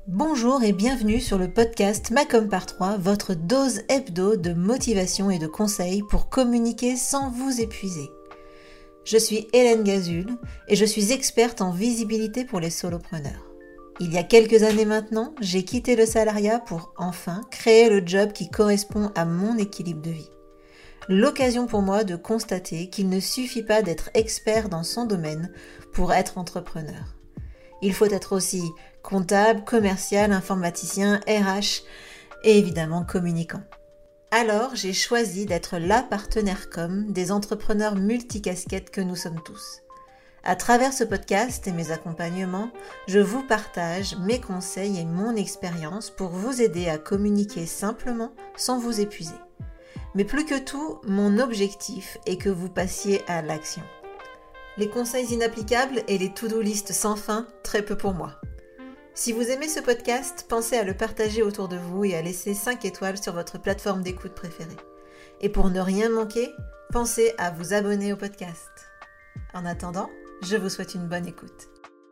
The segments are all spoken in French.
Bonjour et bienvenue sur le podcast Macom par 3, votre dose hebdo de motivation et de conseils pour communiquer sans vous épuiser. Je suis Hélène Gazul et je suis experte en visibilité pour les solopreneurs. Il y a quelques années maintenant, j'ai quitté le salariat pour enfin créer le job qui correspond à mon équilibre de vie. L'occasion pour moi de constater qu'il ne suffit pas d'être expert dans son domaine pour être entrepreneur. Il faut être aussi comptable, commercial, informaticien, RH et évidemment communicant. Alors, j'ai choisi d'être la partenaire com des entrepreneurs multicasquettes que nous sommes tous. À travers ce podcast et mes accompagnements, je vous partage mes conseils et mon expérience pour vous aider à communiquer simplement sans vous épuiser. Mais plus que tout, mon objectif est que vous passiez à l'action. Les conseils inapplicables et les to-do list sans fin, très peu pour moi. Si vous aimez ce podcast, pensez à le partager autour de vous et à laisser 5 étoiles sur votre plateforme d'écoute préférée. Et pour ne rien manquer, pensez à vous abonner au podcast. En attendant, je vous souhaite une bonne écoute.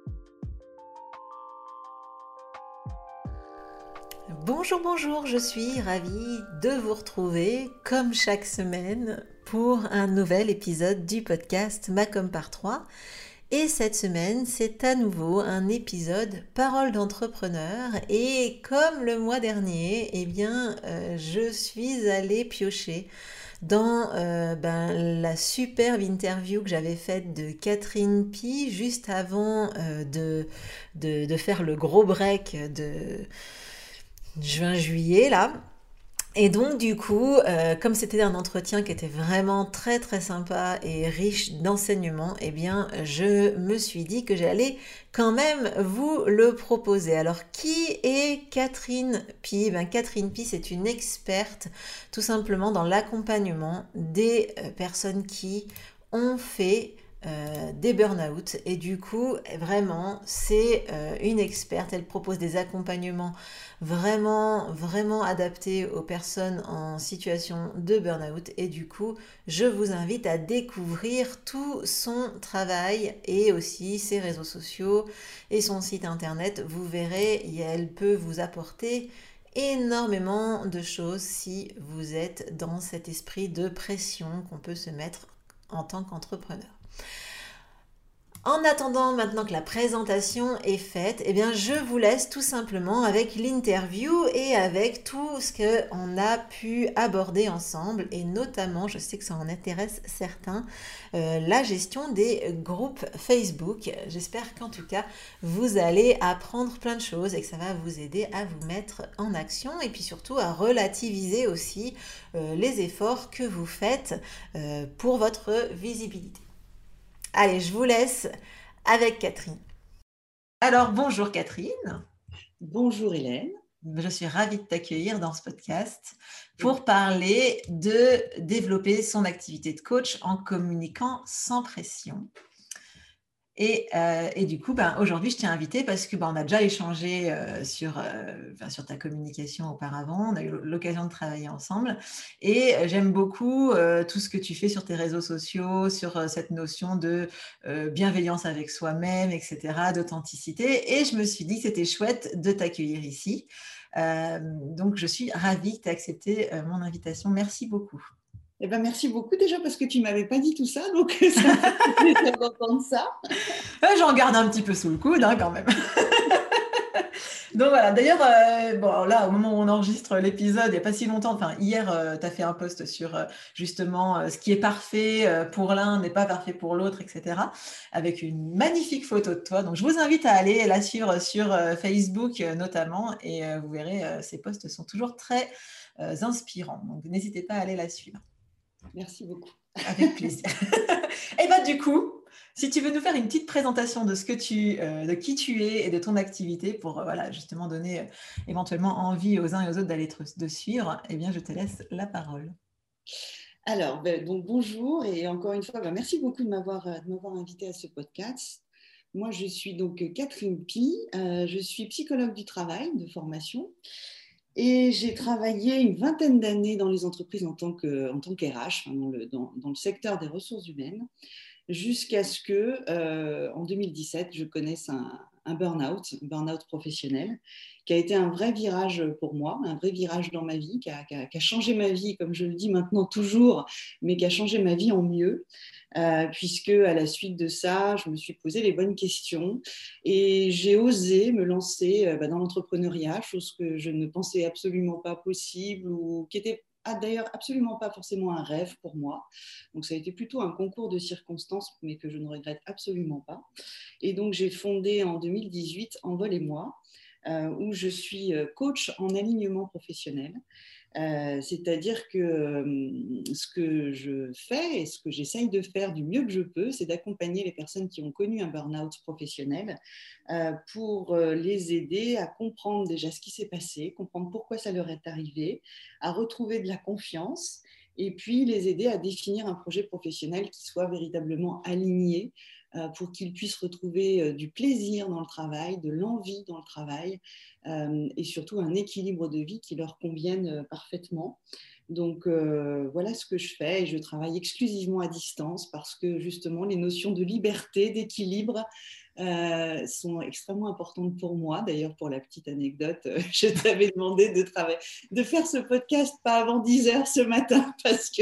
Bonjour, je suis ravie de vous retrouver comme chaque semaine pour un nouvel épisode du podcast Macom par 3. Et cette semaine, c'est à nouveau un épisode Parole d'entrepreneur. Et comme le mois dernier, je suis allée piocher dans la superbe interview que j'avais faite de Catherine Pi juste avant de faire le gros break de juin-juillet là. Et donc du coup, comme c'était un entretien qui était vraiment très très sympa et riche d'enseignements, je me suis dit que j'allais quand même vous le proposer. Alors qui est Catherine Pi ? Catherine Pi, c'est une experte tout simplement dans l'accompagnement des personnes qui ont fait des burn-out et du coup vraiment c'est une experte. Elle propose des accompagnements vraiment adaptés aux personnes en situation de burn-out et du coup je vous invite à découvrir tout son travail et aussi ses réseaux sociaux et son site internet. Vous verrez, elle peut vous apporter énormément de choses si vous êtes dans cet esprit de pression qu'on peut se mettre en tant qu'entrepreneur. En attendant maintenant que la présentation est faite, je vous laisse tout simplement avec l'interview et avec tout ce qu'on a pu aborder ensemble et notamment, je sais que ça en intéresse certains, la gestion des groupes Facebook. J'espère qu'en tout cas, vous allez apprendre plein de choses et que ça va vous aider à vous mettre en action et puis surtout à relativiser aussi les efforts que vous faites pour votre visibilité. Allez, je vous laisse avec Catherine. Alors, bonjour Catherine. Bonjour Hélène. Je suis ravie de t'accueillir dans ce podcast pour parler de développer son activité de coach en communiquant sans pression. Et du coup, aujourd'hui, je t'ai invitée parce que on a déjà échangé sur ta communication auparavant. On a eu l'occasion de travailler ensemble. Et j'aime beaucoup tout ce que tu fais sur tes réseaux sociaux, sur cette notion de bienveillance avec soi-même, etc., d'authenticité. Et je me suis dit que c'était chouette de t'accueillir ici. Donc, je suis ravie que tu aies accepté mon invitation. Merci beaucoup. Merci beaucoup déjà parce que tu ne m'avais pas dit tout ça, donc ça me fait plaisir d'entendre ça. J'en garde un petit peu sous le coude quand même. Donc voilà, d'ailleurs, là, au moment où on enregistre l'épisode, il n'y a pas si longtemps, hier, tu as fait un post sur justement ce qui est parfait pour l'un n'est pas parfait pour l'autre, etc. Avec une magnifique photo de toi. Donc je vous invite à aller la suivre sur Facebook notamment et vous verrez, ces posts sont toujours très inspirants. Donc n'hésitez pas à aller la suivre. Merci beaucoup. Avec plaisir. Et du coup, si tu veux nous faire une petite présentation de de qui tu es et de ton activité pour justement donner éventuellement envie aux uns et aux autres d'aller te suivre, je te laisse la parole. Alors, donc bonjour et encore une fois, merci beaucoup de m'avoir invitée à ce podcast. Moi, je suis donc Catherine Pi, je suis psychologue du travail de formation. Et j'ai travaillé une vingtaine d'années dans les entreprises en tant qu'RH, dans le secteur des ressources humaines. jusqu'à ce que, en 2017, je connaisse un burn-out professionnel, qui a été un vrai virage pour moi, un vrai virage dans ma vie, qui a changé ma vie, comme je le dis maintenant toujours, mais qui a changé ma vie en mieux, puisque à la suite de ça, je me suis posé les bonnes questions et j'ai osé me lancer dans l'entrepreneuriat, chose que je ne pensais absolument pas possible ou qui était d'ailleurs absolument pas forcément un rêve pour moi. Donc ça a été plutôt un concours de circonstances, mais que je ne regrette absolument pas. Et donc j'ai fondé en 2018 Envol et moi, où je suis coach en alignement professionnel. C'est-à-dire que ce que je fais et ce que j'essaye de faire du mieux que je peux, c'est d'accompagner les personnes qui ont connu un burn-out professionnel pour les aider à comprendre déjà ce qui s'est passé, comprendre pourquoi ça leur est arrivé, à retrouver de la confiance et puis les aider à définir un projet professionnel qui soit véritablement aligné pour qu'ils puissent retrouver du plaisir dans le travail, de l'envie dans le travail et surtout un équilibre de vie qui leur convienne parfaitement. Donc voilà ce que je fais et je travaille exclusivement à distance parce que justement les notions de liberté, d'équilibre sont extrêmement importantes pour moi. D'ailleurs, pour la petite anecdote, je t'avais demandé de faire ce podcast pas avant 10 heures ce matin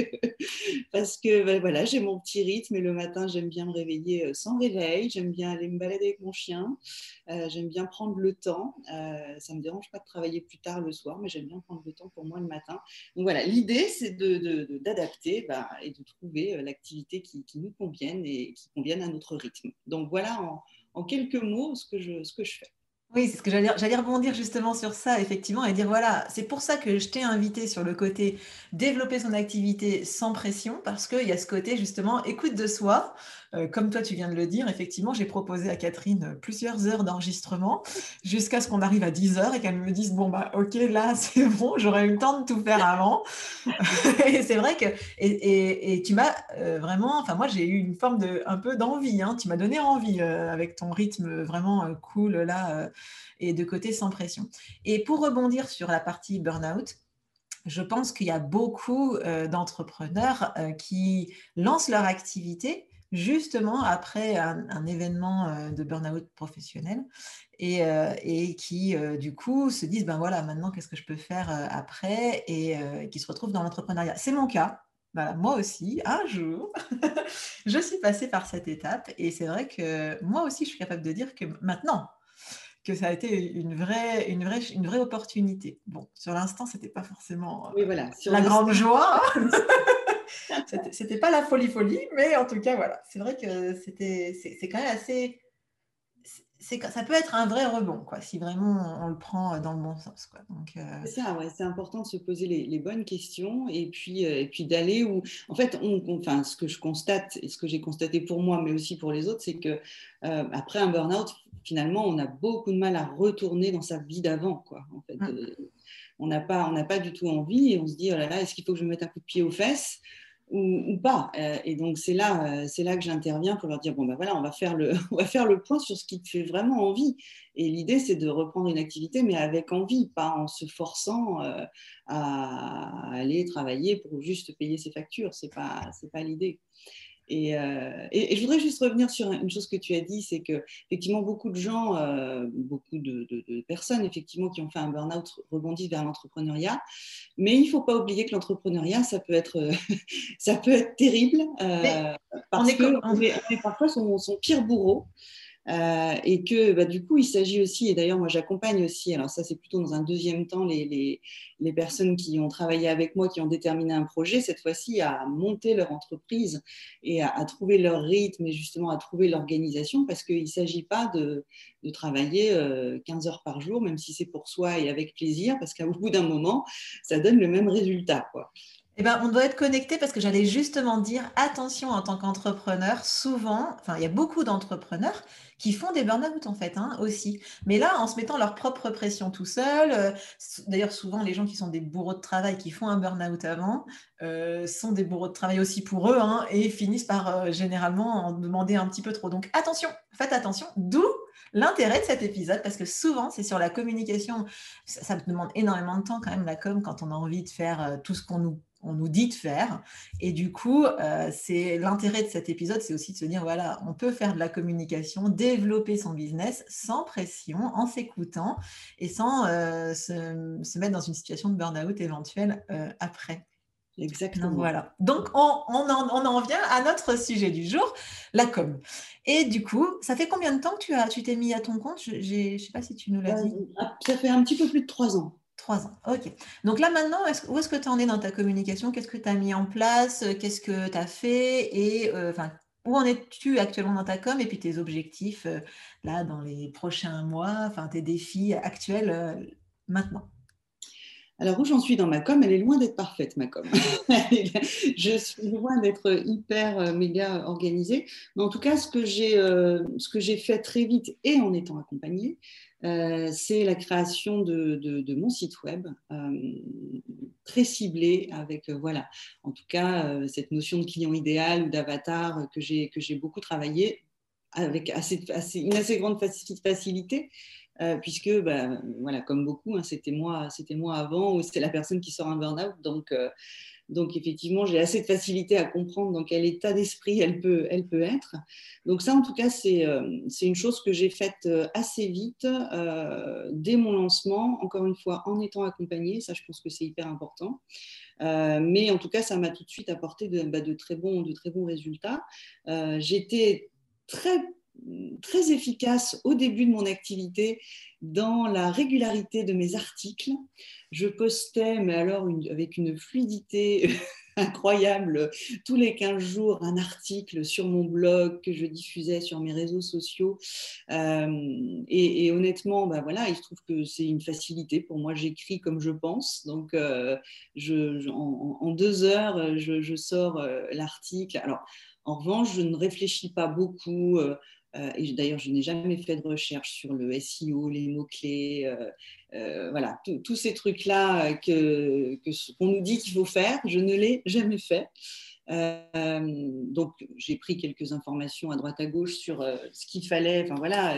parce que ben, voilà, j'ai mon petit rythme et le matin, j'aime bien me réveiller sans réveil, j'aime bien aller me balader avec mon chien, j'aime bien prendre le temps. Ça ne me dérange pas de travailler plus tard le soir, mais j'aime bien prendre le temps pour moi le matin. Donc voilà, l'idée, c'est d'adapter et de trouver l'activité qui nous convienne et qui convienne à notre rythme. Donc voilà en quelques mots ce que je fais. Oui, c'est ce que j'allais rebondir justement sur ça, effectivement, et dire voilà, c'est pour ça que je t'ai invité sur le côté développer son activité sans pression, parce qu'il y a ce côté justement écoute de soi. Comme toi, tu viens de le dire, effectivement, j'ai proposé à Catherine plusieurs heures d'enregistrement jusqu'à ce qu'on arrive à 10 heures et qu'elle me dise bon, bah, ok, là, c'est bon, j'aurais eu le temps de tout faire avant. Et c'est vrai que et tu m'as vraiment, enfin moi j'ai eu une forme de un peu d'envie, hein. Tu m'as donné envie avec ton rythme vraiment cool là et de côté sans pression. Et pour rebondir sur la partie burn-out, je pense qu'il y a beaucoup d'entrepreneurs qui lancent leur activité justement après un événement de burn-out professionnel et qui du coup se disent ben voilà maintenant qu'est-ce que je peux faire après et qui se retrouvent dans l'entrepreneuriat. C'est mon cas. Voilà, moi aussi, un jour, je suis passée par cette étape et c'est vrai que moi aussi, je suis capable de dire que maintenant, que ça a été une vraie opportunité. Bon, sur l'instant, c'était pas forcément Oui, voilà. Sur la grande l'instant, joie, c'était pas la folie, mais en tout cas, voilà, c'est vrai que c'est quand même assez, ça peut être un vrai rebond, quoi, si vraiment on le prend dans le bon sens, quoi. Donc, c'est ça, ouais, c'est important de se poser les bonnes questions et puis d'aller où. En fait, enfin, ce que je constate et ce que j'ai constaté pour moi, mais aussi pour les autres, c'est que après un burn-out, finalement, on a beaucoup de mal à retourner dans sa vie d'avant, quoi. En fait, on n'a pas du tout envie et on se dit oh là là, est-ce qu'il faut que je me mette un coup de pied aux fesses ou pas et donc c'est là que j'interviens pour leur dire bon ben voilà, on va faire le point sur ce qui te fait vraiment envie. Et l'idée c'est de reprendre une activité mais avec envie, pas en se forçant à aller travailler pour juste payer ses factures. C'est pas l'idée. Et je voudrais juste revenir sur une chose que tu as dit, c'est que effectivement beaucoup de gens, beaucoup de personnes effectivement qui ont fait un burn-out rebondissent vers l'entrepreneuriat, mais il ne faut pas oublier que l'entrepreneuriat ça peut être ça peut être terrible mais on parce est, que on est parfois son pire bourreau. Et que bah, du coup, il s'agit aussi, et d'ailleurs moi j'accompagne aussi, alors ça c'est plutôt dans un deuxième temps, les personnes qui ont travaillé avec moi, qui ont déterminé un projet, cette fois-ci à monter leur entreprise et à trouver leur rythme et justement à trouver l'organisation, parce qu'il ne s'agit pas de travailler 15 heures par jour, même si c'est pour soi et avec plaisir, parce qu'au bout d'un moment, ça donne le même résultat, quoi. eh ben, on doit être connecté parce que j'allais justement dire attention en tant qu'entrepreneur, souvent, enfin, il y a beaucoup d'entrepreneurs qui font des burn-out en fait hein, aussi. Mais là, en se mettant leur propre pression tout seul, d'ailleurs, souvent les gens qui sont des bourreaux de travail qui font un burn-out avant sont des bourreaux de travail aussi pour eux hein, et finissent par généralement en demander un petit peu trop. Donc attention, faites attention, d'où l'intérêt de cet épisode parce que souvent c'est sur la communication. Ça demande énormément de temps quand même la com quand on a envie de faire tout ce qu'on nous on nous dit de faire. Et du coup, c'est l'intérêt de cet épisode, c'est aussi de se dire, voilà, on peut faire de la communication, développer son business sans pression, en s'écoutant et sans se mettre dans une situation de burn-out éventuelle après. Donc Exactement. voilà. Donc on en vient à notre sujet du jour, la com. Et du coup, ça fait combien de temps que tu t'es mis à ton compte? Je ne sais pas si tu nous l'as dit. Ça fait un petit peu plus de 3 ans. 3 ans, ok. Donc là maintenant, où est-ce que tu en es dans ta communication? Qu'est-ce que tu as mis en place? Qu'est-ce que tu as fait? Et enfin, où en es-tu actuellement dans ta com? Et puis tes objectifs là dans les prochains mois, enfin tes défis actuels maintenant. Alors, où j'en suis dans ma com, elle est loin d'être parfaite, ma com. Je suis loin d'être hyper méga organisée. Mais en tout cas, ce que j'ai fait très vite et en étant accompagnée, c'est la création de mon site web très ciblé avec, voilà, en tout cas, cette notion de client idéal ou d'avatar que j'ai beaucoup travaillé avec une assez grande facilité puisque, bah, voilà, comme beaucoup, hein, c'était moi avant, ou c'est la personne qui sort un burn-out. Donc effectivement, j'ai assez de facilité à comprendre dans quel état d'esprit elle peut être. Donc ça, en tout cas, c'est une chose que j'ai faite assez vite dès mon lancement, encore une fois, en étant accompagnée. Ça, je pense que c'est hyper important. Mais en tout cas, ça m'a tout de suite apporté de très bons résultats. J'étais très efficace au début de mon activité dans la régularité de mes articles. Je postais, mais alors avec une fluidité incroyable, tous les 15 jours, un article sur mon blog que je diffusais sur mes réseaux sociaux. Et honnêtement, bah voilà, il se trouve que c'est une facilité. Pour moi, j'écris comme je pense. Donc, en 2 heures, je sors l'article. Alors, en revanche, je ne réfléchis pas beaucoup. Et d'ailleurs, je n'ai jamais fait de recherche sur le SEO, les mots-clés, voilà, tous ces trucs-là qu'on nous dit qu'il faut faire, je ne l'ai jamais fait. Donc, j'ai pris quelques informations à droite à gauche sur ce qu'il fallait, enfin voilà,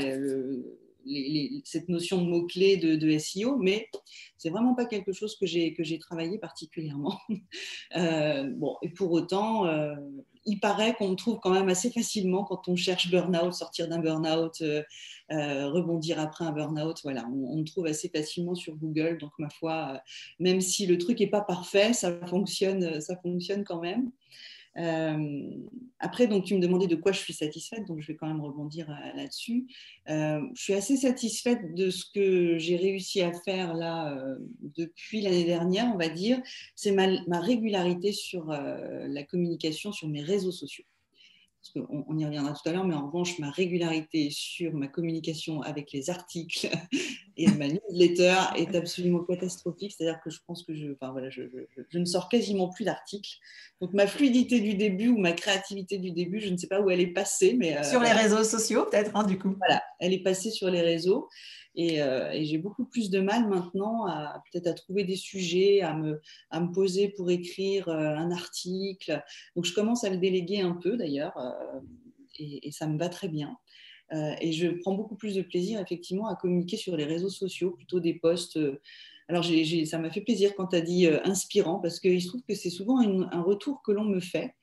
cette notion de mots-clés de SEO, mais c'est vraiment pas quelque chose que j'ai travaillé particulièrement. Bon, et pour autant, il paraît qu'on me trouve quand même assez facilement quand on cherche burn-out, sortir d'un burn-out, rebondir après un burn-out. Voilà, on me trouve assez facilement sur Google. Donc, ma foi, même si le truc n'est pas parfait, ça fonctionne quand même. Après, donc, tu me demandais de quoi je suis satisfaite, donc je vais quand même rebondir là-dessus. Je suis assez satisfaite de ce que j'ai réussi à faire là depuis l'année dernière, on va dire. C'est ma régularité sur la communication sur mes réseaux sociaux. Parce qu'on y reviendra tout à l'heure, mais en revanche, ma régularité sur ma communication avec les articles et ma newsletter est absolument catastrophique. C'est-à-dire que je pense que enfin, voilà, je ne sors quasiment plus d'articles. Donc ma fluidité du début ou ma créativité du début, je ne sais pas où elle est passée. Mais, sur les réseaux sociaux, peut-être, hein, du coup. Voilà, elle est passée sur les réseaux. Et j'ai beaucoup plus de mal maintenant peut-être à trouver des sujets, à me poser pour écrire un article. Donc je commence à le déléguer un peu d'ailleurs, et ça me va très bien. Et je prends beaucoup plus de plaisir effectivement à communiquer sur les réseaux sociaux, plutôt des posts. Alors ça m'a fait plaisir quand tu as dit inspirant, parce qu'il se trouve que c'est souvent un retour que l'on me fait.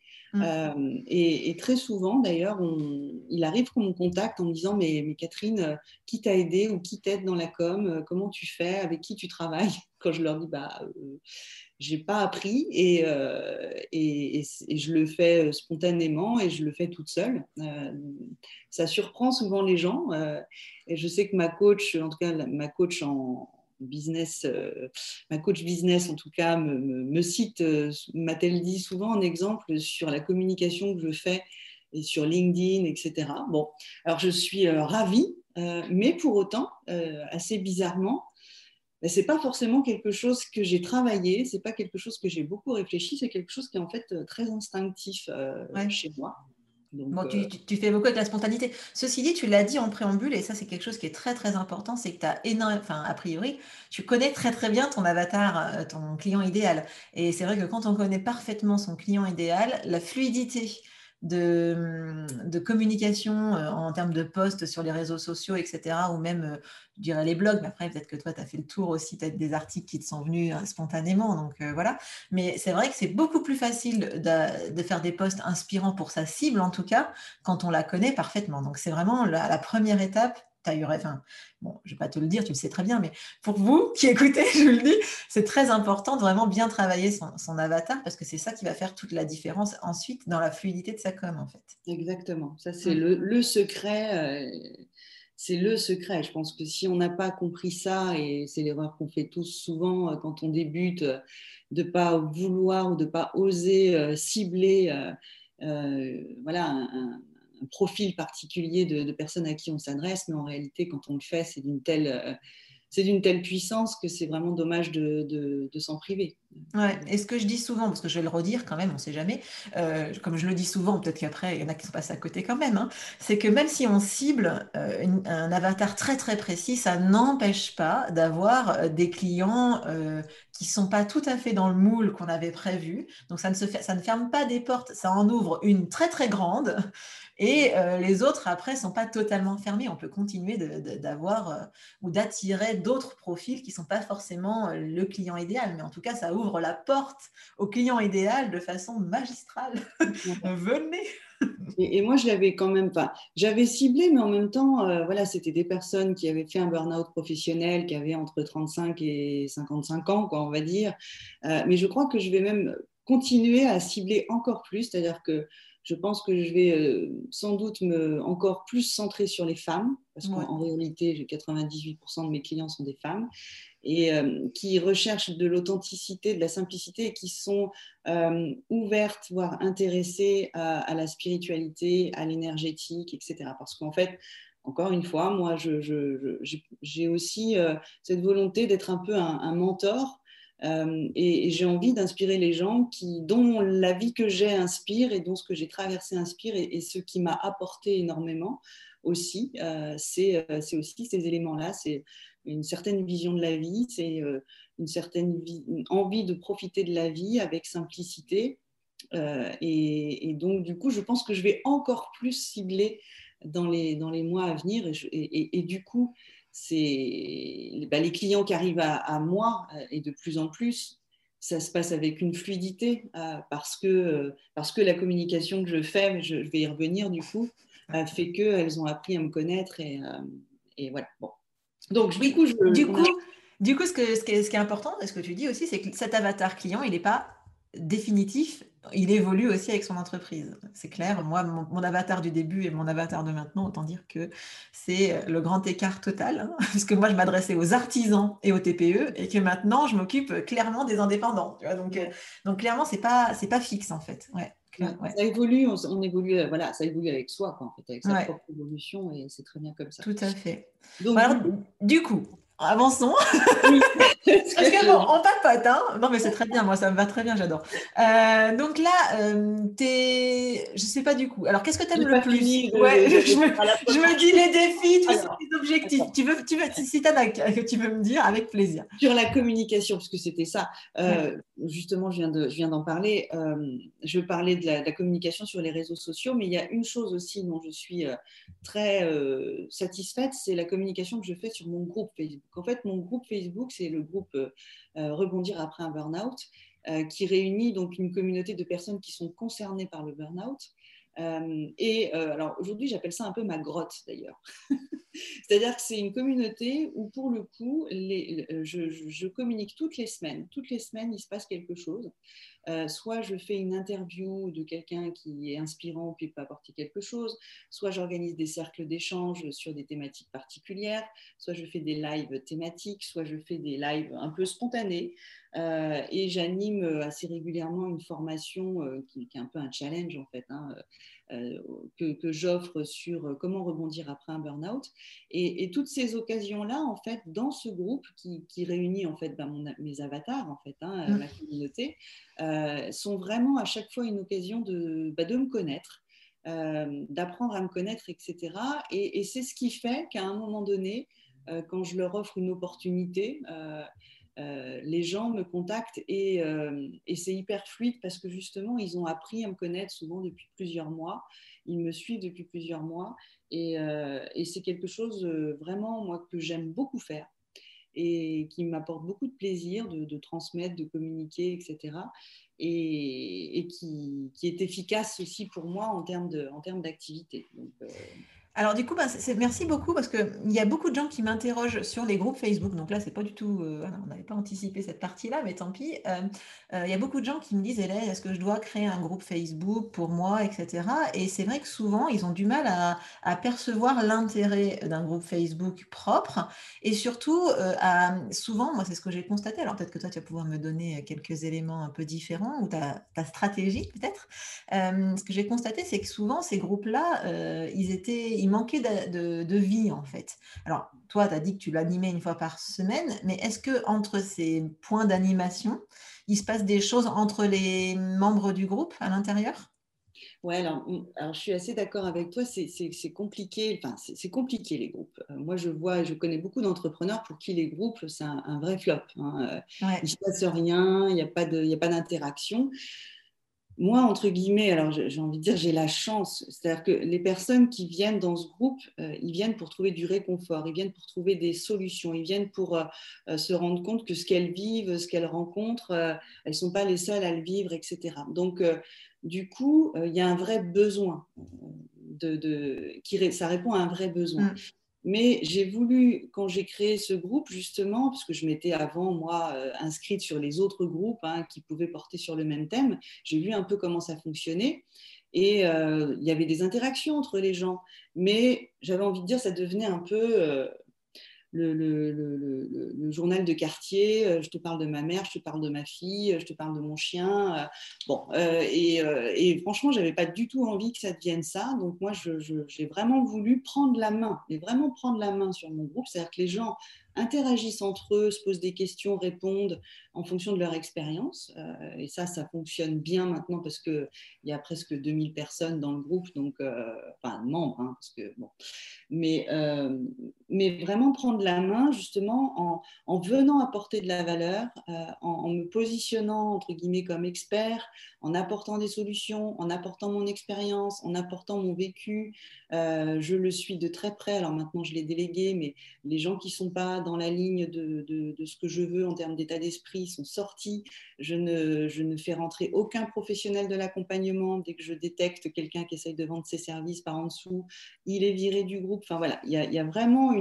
Et très souvent, d'ailleurs, il arrive qu'on me contacte en me disant mais Catherine, qui t'a aidé ou qui t'aide dans la com? Comment tu fais? Avec qui tu travailles? Quand je leur dis j'ai pas appris et je le fais spontanément et je le fais toute seule. Ça surprend souvent les gens. Et je sais que ma coach, en tout cas ma coach en business, ma coach business en tout cas me cite, m'a-t-elle dit souvent en exemple sur la communication que je fais et sur LinkedIn, etc. Bon, alors je suis ravie, mais pour autant, assez bizarrement, c'est pas forcément quelque chose que j'ai travaillé, c'est pas quelque chose que j'ai beaucoup réfléchi, c'est quelque chose qui est en fait très instinctif chez moi. Donc, bon, tu fais beaucoup avec la spontanéité. Ceci dit, tu l'as dit en préambule, et ça c'est quelque chose qui est très très important, c'est que tu as énormément, enfin a priori, tu connais très très bien ton avatar, ton client idéal. Et c'est vrai que quand on connaît parfaitement son client idéal, la fluidité de communication en termes de posts sur les réseaux sociaux, etc., ou même, je dirais, les blogs. Mais après, peut-être que toi, tu as fait le tour aussi, peut-être des articles qui te sont venus spontanément. Donc, voilà. Mais c'est vrai que c'est beaucoup plus facile de faire des posts inspirants pour sa cible, en tout cas, quand on la connaît parfaitement. Donc, c'est vraiment la première étape. Enfin, bon, je ne vais pas te le dire, tu le sais très bien, mais pour vous qui écoutez, je vous le dis, c'est très important de vraiment bien travailler son avatar parce que c'est ça qui va faire toute la différence ensuite dans la fluidité de sa com, en fait. Exactement. Ça, c'est le secret. C'est le secret. Je pense que si on n'a pas compris ça, et c'est l'erreur qu'on fait tous souvent quand on débute, de ne pas vouloir ou de ne pas oser cibler voilà, un profil particulier de personnes à qui on s'adresse, mais en réalité, quand on le fait, c'est d'une telle puissance que c'est vraiment dommage de s'en priver. Ouais. Et ce que je dis souvent, parce que je vais le redire quand même, on ne sait jamais, comme je le dis souvent, peut-être qu'après, il y en a qui sont passés à côté quand même, hein, c'est que même si on cible un avatar très très précis, ça n'empêche pas d'avoir des clients qui ne sont pas tout à fait dans le moule qu'on avait prévu. Donc ça ne ferme pas des portes, ça en ouvre une très très grande. Et les autres, après, ne sont pas totalement fermés. On peut continuer d'avoir ou d'attirer d'autres profils qui ne sont pas forcément le client idéal. Mais en tout cas, ça ouvre la porte au client idéal de façon magistrale. Venez. Et moi, je l'avais quand même pas. J'avais ciblé, mais en même temps, voilà, c'était des personnes qui avaient fait un burn-out professionnel, qui avaient entre 35 et 55 ans, quoi, on va dire. Mais je crois que je vais même continuer à cibler encore plus, c'est-à-dire que je pense que je vais sans doute encore plus centrer sur les femmes, parce Ouais. qu'en réalité, 98% de mes clients sont des femmes et qui recherchent de l'authenticité, de la simplicité et qui sont ouvertes, voire intéressées à la spiritualité, à l'énergétique, etc. Parce qu'en fait, encore une fois, moi, j'ai aussi cette volonté d'être un peu un mentor et j'ai envie d'inspirer les gens dont la vie que j'ai inspire et dont ce que j'ai traversé inspire et ce qui m'a apporté énormément aussi, c'est aussi ces éléments-là, c'est une certaine vision de la vie, c'est une certaine une envie de profiter de la vie avec simplicité. Et donc, du coup, je pense que je vais encore plus cibler dans les mois à venir. Et du coup, les clients qui arrivent à moi, et de plus en plus, ça se passe avec une fluidité parce que la communication que je fais, mais je vais y revenir du coup, fait qu'elles ont appris à me connaître et voilà. Bon. Donc, du Oui, coup, du coup, ce qui est important, et ce que tu dis aussi, c'est que cet avatar client, il n'est pas définitif, il évolue aussi avec son entreprise. C'est clair, moi, mon avatar du début et mon avatar de maintenant, autant dire que c'est le grand écart total, hein, puisque moi, je m'adressais aux artisans et aux TPE, et que maintenant, je m'occupe clairement des indépendants. Tu vois, donc clairement, c'est pas fixe, en fait. Ouais, clair, ouais. ça évolue, on évolue, voilà, ça évolue avec soi, quoi, en fait, avec sa Ouais, propre évolution, et c'est très bien comme ça. tout à fait. Bon, Donc, alors, du coup, du coup, avançons. oui, ce Parce que que bon, on papote, hein. Non, mais c'est très bien, moi, ça me va très bien, j'adore. Donc là, je sais pas du coup. Alors, qu'est-ce que tu aimes j'ai le pas plus? fini Ouais, de dire à la je première me dis les défis, tu sais, alors, les objectifs. attends. Si t'en as que tu veux me dire, avec plaisir. Sur la communication, parce que c'était ça, Ouais. justement, je viens d'en parler. Je parlais de la communication sur les réseaux sociaux, mais il y a une chose aussi dont je suis très satisfaite, c'est la communication que je fais sur mon groupe Facebook. En fait, mon groupe Facebook, c'est le groupe Rebondir après un burn-out, qui réunit donc une communauté de personnes qui sont concernées par le burn-out. Alors aujourd'hui, j'appelle ça un peu ma grotte d'ailleurs. C'est-à-dire que c'est une communauté où, pour le coup, je communique toutes les semaines. Toutes les semaines, il se passe quelque chose. Soit je fais une interview de quelqu'un qui est inspirant puis peut apporter quelque chose, soit j'organise des cercles d'échange sur des thématiques particulières, soit je fais des lives thématiques, soit je fais des lives un peu spontanés. Et j'anime assez régulièrement une formation qui est un peu un challenge en fait, hein, que j'offre sur comment rebondir après un burn-out. Et toutes ces occasions-là, en fait, dans ce groupe qui réunit en fait mes avatars, en fait, hein, ma communauté, sont vraiment à chaque fois une occasion de me connaître, d'apprendre à me connaître, etc. Et c'est ce qui fait qu'à un moment donné, quand je leur offre une opportunité, les gens me contactent et c'est hyper fluide parce que justement, ils ont appris à me connaître souvent depuis plusieurs mois. Ils me suivent depuis plusieurs mois et c'est quelque chose vraiment, moi, que j'aime beaucoup faire et qui m'apporte beaucoup de plaisir de transmettre, de communiquer, etc. Et qui est efficace aussi pour moi en termes d'activité. Donc, Alors du coup, merci beaucoup parce qu'il y a beaucoup de gens qui m'interrogent sur les groupes Facebook. Donc là, c'est pas du tout, voilà, on n'avait pas anticipé cette partie-là, mais tant pis. Il y a beaucoup de gens qui me disent, Hélène, est-ce que je dois créer un groupe Facebook pour moi, etc. Et c'est vrai que souvent, ils ont du mal à percevoir l'intérêt d'un groupe Facebook propre. Et surtout, souvent, moi, c'est ce que j'ai constaté. Alors peut-être que toi, tu vas pouvoir me donner quelques éléments un peu différents ou ta stratégie peut-être. Ce que j'ai constaté, c'est que souvent, ces groupes-là, ils manquaient de vie, en fait. Alors, toi, tu as dit que tu l'animais une fois par semaine, mais est-ce que entre ces points d'animation, il se passe des choses entre les membres du groupe à l'intérieur? ouais, alors, je suis assez d'accord avec toi, c'est compliqué, enfin, c'est compliqué les groupes. Moi, je connais beaucoup d'entrepreneurs pour qui les groupes, c'est un vrai flop, hein. Il ne Ouais. se passe rien, il y a pas d'interaction. Moi, entre guillemets, alors j'ai envie de dire, j'ai la chance. C'est-à-dire que les personnes qui viennent dans ce groupe, ils viennent pour trouver du réconfort, ils viennent pour trouver des solutions, ils viennent pour se rendre compte que ce qu'elles vivent, ce qu'elles rencontrent, elles ne sont pas les seules à le vivre, etc. Donc, du coup, il y a un vrai besoin. Ça répond à un vrai besoin. Mm. Mais j'ai voulu, quand j'ai créé ce groupe, justement, parce que je m'étais avant, moi, inscrite sur les autres groupes hein, qui pouvaient porter sur le même thème, j'ai vu un peu comment ça fonctionnait. Et il y avait des interactions entre les gens. Mais j'avais envie de dire, ça devenait un peu le journal de quartier, je te parle de ma mère, je te parle de ma fille, je te parle de mon chien. Bon, et franchement, je n'avais pas du tout envie que ça devienne ça. Donc moi, j'ai vraiment voulu prendre la main, mais vraiment prendre la main sur mon groupe. C'est-à-dire que les gens interagissent entre eux, se posent des questions, répondent en fonction de leur expérience. Et ça fonctionne bien maintenant parce qu'il y a presque 2000 personnes dans le groupe, donc, enfin membres, hein, parce que bon. Mais, euh, mais vraiment prendre la main justement en venant apporter de la valeur, en me positionnant entre guillemets comme expert, en apportant des solutions, en apportant mon expérience, en apportant mon vécu. Je le suis de très près, alors maintenant je l'ai délégué, mais les gens qui ne sont pas dans la ligne de ce que je veux en termes d'état d'esprit sont sortis. Je ne fais rentrer aucun professionnel de l'accompagnement dès que je détecte quelqu'un qui essaye de vendre ses services par en dessous. Il est viré du groupe. Enfin voilà, il y a vraiment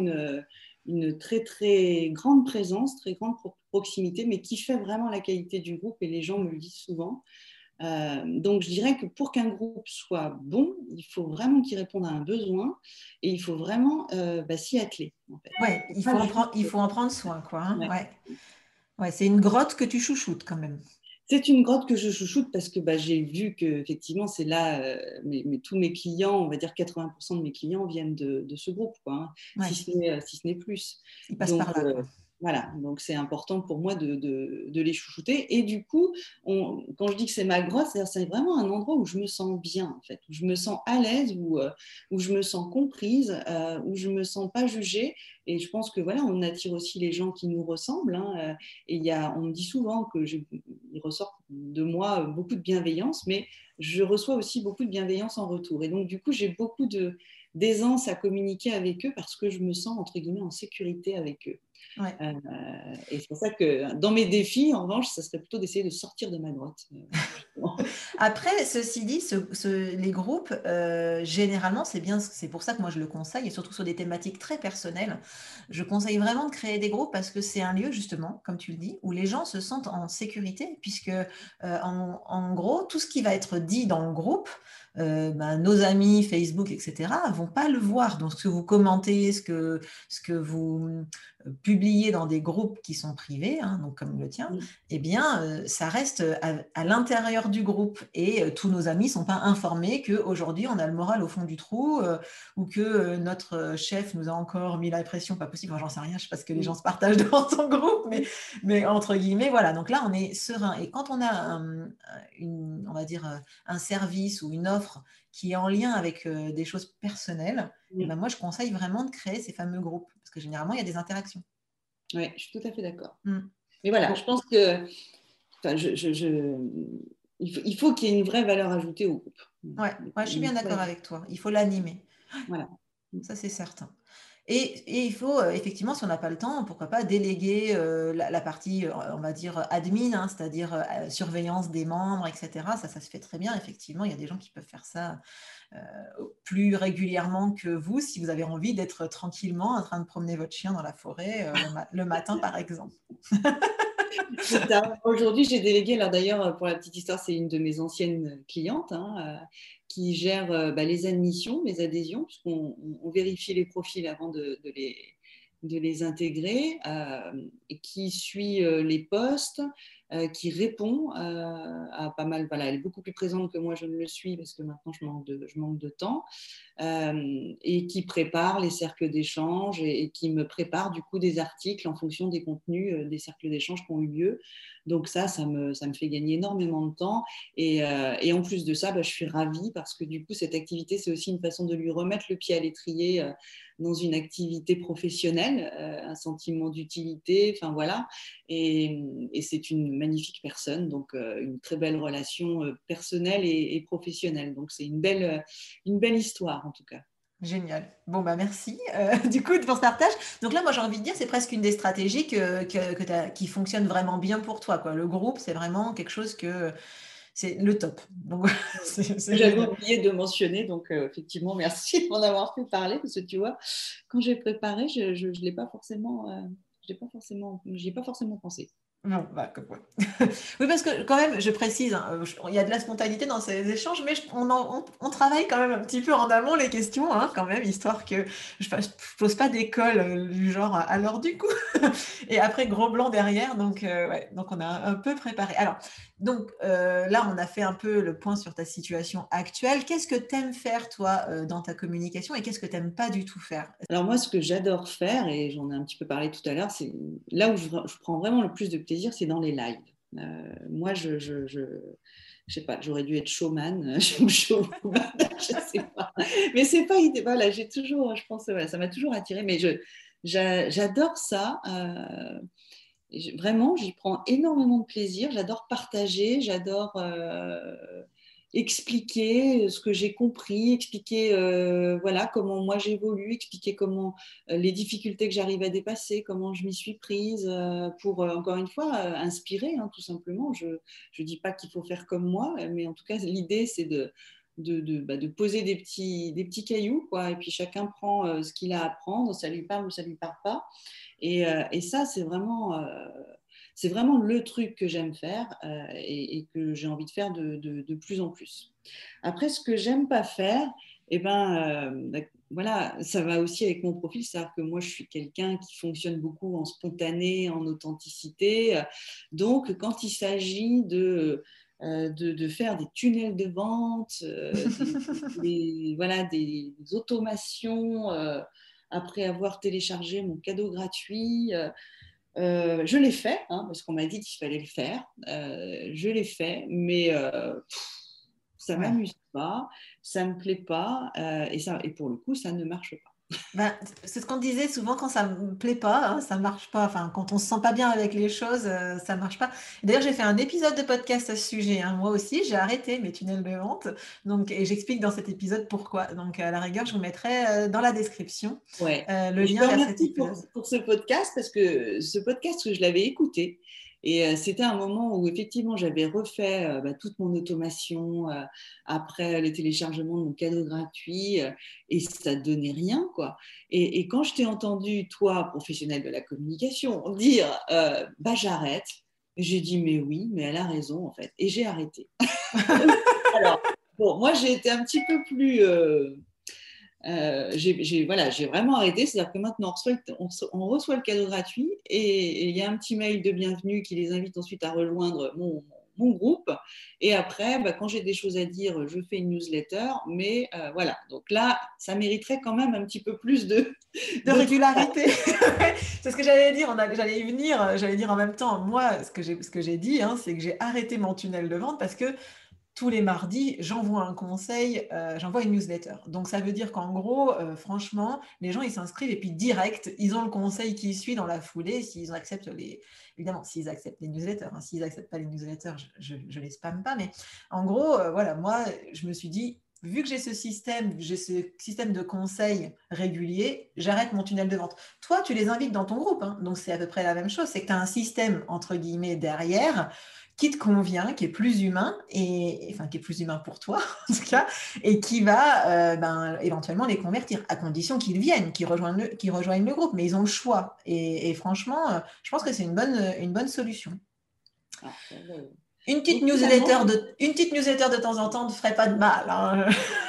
une très très grande présence, très grande proximité, mais qui fait vraiment la qualité du groupe et les gens me le disent souvent. Donc je dirais que pour qu'un groupe soit bon, il faut vraiment qu'il réponde à un besoin et il faut vraiment s'y atteler en fait. Ouais, Pas il juste, faut en prendre soin, quoi, hein. ouais. Ouais. Ouais, c'est une grotte que tu chouchoutes quand même. C'est une grotte que je chouchoute parce que j'ai vu que effectivement c'est là, tous mes clients, on va dire 80% de mes clients viennent de ce groupe, quoi, hein, Ouais, si ce n'est plus. il passe Donc par là, quoi. voilà, donc c'est important pour moi de les chouchouter. Et du coup, quand je dis que c'est ma grotte, c'est vraiment un endroit où je me sens bien, en fait, où je me sens à l'aise, où je me sens comprise, où je me sens pas jugée. Et je pense que voilà, on attire aussi les gens qui nous ressemblent, hein, et on me dit souvent il ressort de moi beaucoup de bienveillance, mais je reçois aussi beaucoup de bienveillance en retour. Et donc, du coup, j'ai beaucoup d'aisance à communiquer avec eux parce que je me sens, entre guillemets, en sécurité avec eux. Ouais. Et c'est pour ça que dans mes défis, en revanche, ça serait plutôt d'essayer de sortir de ma grotte. Après, ceci dit, les groupes, généralement, c'est bien, c'est pour ça que moi je le conseille, et surtout sur des thématiques très personnelles. Je conseille vraiment de créer des groupes parce que c'est un lieu, justement, comme tu le dis, où les gens se sentent en sécurité, puisque en gros, tout ce qui va être dit dans le groupe, nos amis, Facebook, etc., vont pas le voir. Donc, ce que vous commentez, ce que vous publiez dans des groupes qui sont privés, hein, donc comme le tien, eh bien, ça reste à l'intérieur du groupe et tous nos amis ne sont pas informés qu'aujourd'hui, on a le moral au fond du trou ou que notre chef nous a encore mis la pression, pas possible, moi, j'en sais rien, je ne sais pas ce que les gens se partagent dans ton groupe, mais entre guillemets, voilà. Donc là, on est serein. Et quand on a, on va dire, un service ou une offre qui est en lien avec des choses personnelles, et ben moi, je conseille vraiment de créer ces fameux groupes parce que généralement, il y a des interactions. Oui, je suis tout à fait d'accord. Mm. Mais voilà, Bon, je pense que enfin, il faut qu'il y ait une vraie valeur ajoutée au groupe. ouais, je suis bien d'accord avec toi. Il faut l'animer. Voilà. Ça, c'est certain. Et il faut, effectivement, si on n'a pas le temps, pourquoi pas déléguer la partie, on va dire, admin, hein, c'est-à-dire surveillance des membres, etc. Ça se fait très bien, effectivement. Il y a des gens qui peuvent faire ça euh, plus régulièrement que vous, si vous avez envie d'être tranquillement en train de promener votre chien dans la forêt le matin, par exemple. C'est ça. Aujourd'hui, j'ai délégué, alors d'ailleurs, pour la petite histoire, c'est une de mes anciennes clientes qui gère les admissions, les adhésions, puisqu'on vérifie les profils avant de les intégrer, et qui suit les postes, qui répond à pas mal. Voilà, elle est beaucoup plus présente que moi, je ne le suis, parce que maintenant, je manque de temps. Et qui prépare les cercles d'échange et qui me prépare du coup des articles en fonction des contenus des cercles d'échange qui ont eu lieu. Donc ça me fait gagner énormément de temps. Et en plus de ça, je suis ravie parce que du coup, cette activité, c'est aussi une façon de lui remettre le pied à l'étrier dans une activité professionnelle, un sentiment d'utilité, enfin voilà. Et c'est une magnifique personne, donc une très belle relation personnelle et professionnelle. Donc c'est une belle histoire en tout cas. Génial. Bon, bah merci du coup pour ce partage. Donc là, moi, j'ai envie de dire, c'est presque une des stratégies qui fonctionne vraiment bien pour toi, quoi. Le groupe, c'est vraiment quelque chose que c'est le top. Donc, c'est J'avais génial. oublié de mentionner, donc effectivement, merci de m'en avoir fait parler, parce que tu vois, quand j'ai préparé, je ne l'ai pas forcément, j'y ai pas forcément pensé. Non, bah, comme quoi. Oui, parce que quand même, je précise, hein, il y a de la spontanéité dans ces échanges, mais on travaille quand même un petit peu en amont les questions, hein, quand même, histoire que je ne pose pas d'école du genre à l'heure du coup. Et après, gros blanc derrière, donc, ouais, donc on a un peu préparé. Alors, donc là, on a fait un peu le point sur ta situation actuelle. Qu'est-ce que tu aimes faire, toi, dans ta communication et qu'est-ce que tu n'aimes pas du tout faire? Alors moi, ce que j'adore faire, et j'en ai un petit peu parlé tout à l'heure, c'est là où je prends vraiment le plus de plaisir, c'est dans les lives. Moi, je sais pas, j'aurais dû être showman, showwoman, je sais pas. Mais c'est pas idée. Voilà, j'ai toujours, je pense, voilà, ça m'a toujours attiré. Mais j'adore ça. Vraiment, j'y prends énormément de plaisir. J'adore partager, j'adore expliquer ce que j'ai compris, expliquer voilà comment moi j'évolue, expliquer comment les difficultés que j'arrive à dépasser, comment je m'y suis prise pour encore une fois inspirer hein, tout simplement. Je dis pas qu'il faut faire comme moi, mais en tout cas l'idée c'est de poser des petits cailloux quoi, et puis chacun prend ce qu'il a à prendre, ça lui parle ou ça lui parle pas. Et ça, c'est vraiment le truc que j'aime faire et que j'ai envie de faire de plus en plus. Après, ce que j'aime pas faire, eh ben, voilà, ça va aussi avec mon profil, c'est-à-dire que moi, je suis quelqu'un qui fonctionne beaucoup en spontané, en authenticité. Donc, quand il s'agit de faire des tunnels de vente, voilà, des automations après avoir téléchargé mon cadeau gratuit. Je l'ai fait, hein, parce qu'on m'a dit qu'il fallait le faire. Je l'ai fait, mais ça ne Ouais. m'amuse pas, ça ne me plaît pas, et pour le coup, ça ne marche pas. Ben, c'est ce qu'on disait souvent quand ça me plaît pas, hein, ça marche pas. Enfin, quand on se sent pas bien avec les choses, ça marche pas. D'ailleurs, j'ai fait un épisode de podcast à ce sujet, hein. Moi aussi, j'ai arrêté mes tunnels de vente. Donc, et j'explique dans cet épisode pourquoi. Donc, à la rigueur, je vous mettrai dans la description Ouais. le Je te lien vers cet remercie épisode. pour ce podcast parce que ce podcast, je l'avais écouté et c'était un moment où effectivement j'avais refait toute mon automation après le téléchargement de mon cadeau gratuit et ça donnait rien quoi. Et quand je t'ai entendu, toi, professionnel de la communication, dire j'arrête, j'ai dit mais oui, mais elle a raison en fait et j'ai arrêté. Alors, bon, moi j'ai été un petit peu plus voilà, j'ai vraiment arrêté. C'est-à-dire que maintenant, on reçoit le cadeau gratuit et il y a un petit mail de bienvenue qui les invite ensuite à rejoindre mon groupe. Et après, quand j'ai des choses à dire, je fais une newsletter. Mais voilà, donc là, ça mériterait quand même un petit peu plus De de régularité. C'est ce que j'allais dire. J'allais y venir. J'allais dire en même temps. Moi, ce que j'ai dit, hein, c'est que j'ai arrêté mon tunnel de vente parce que tous les mardis, j'envoie un conseil, j'envoie une newsletter. Donc, ça veut dire qu'en gros, franchement, les gens, ils s'inscrivent et puis direct, ils ont le conseil qui suit dans la foulée. S'ils acceptent évidemment, s'ils acceptent les newsletters, hein, s'ils n'acceptent pas les newsletters, je les spamme pas. Mais en gros, voilà, moi, je me suis dit, vu que j'ai ce système de conseils réguliers, j'arrête mon tunnel de vente. Toi, tu les invites dans ton groupe, hein, donc c'est à peu près la même chose. C'est que tu as un système, entre guillemets, derrière qui te convient, qui est plus humain, enfin qui est plus humain pour toi en tout cas, et qui va éventuellement les convertir, à condition qu'ils viennent, qu'ils rejoignent le groupe, mais ils ont le choix. Et franchement, je pense que c'est une bonne solution. Ah, ouais. Une petite Donc, finalement, newsletter de temps en temps ne ferait pas de mal, hein.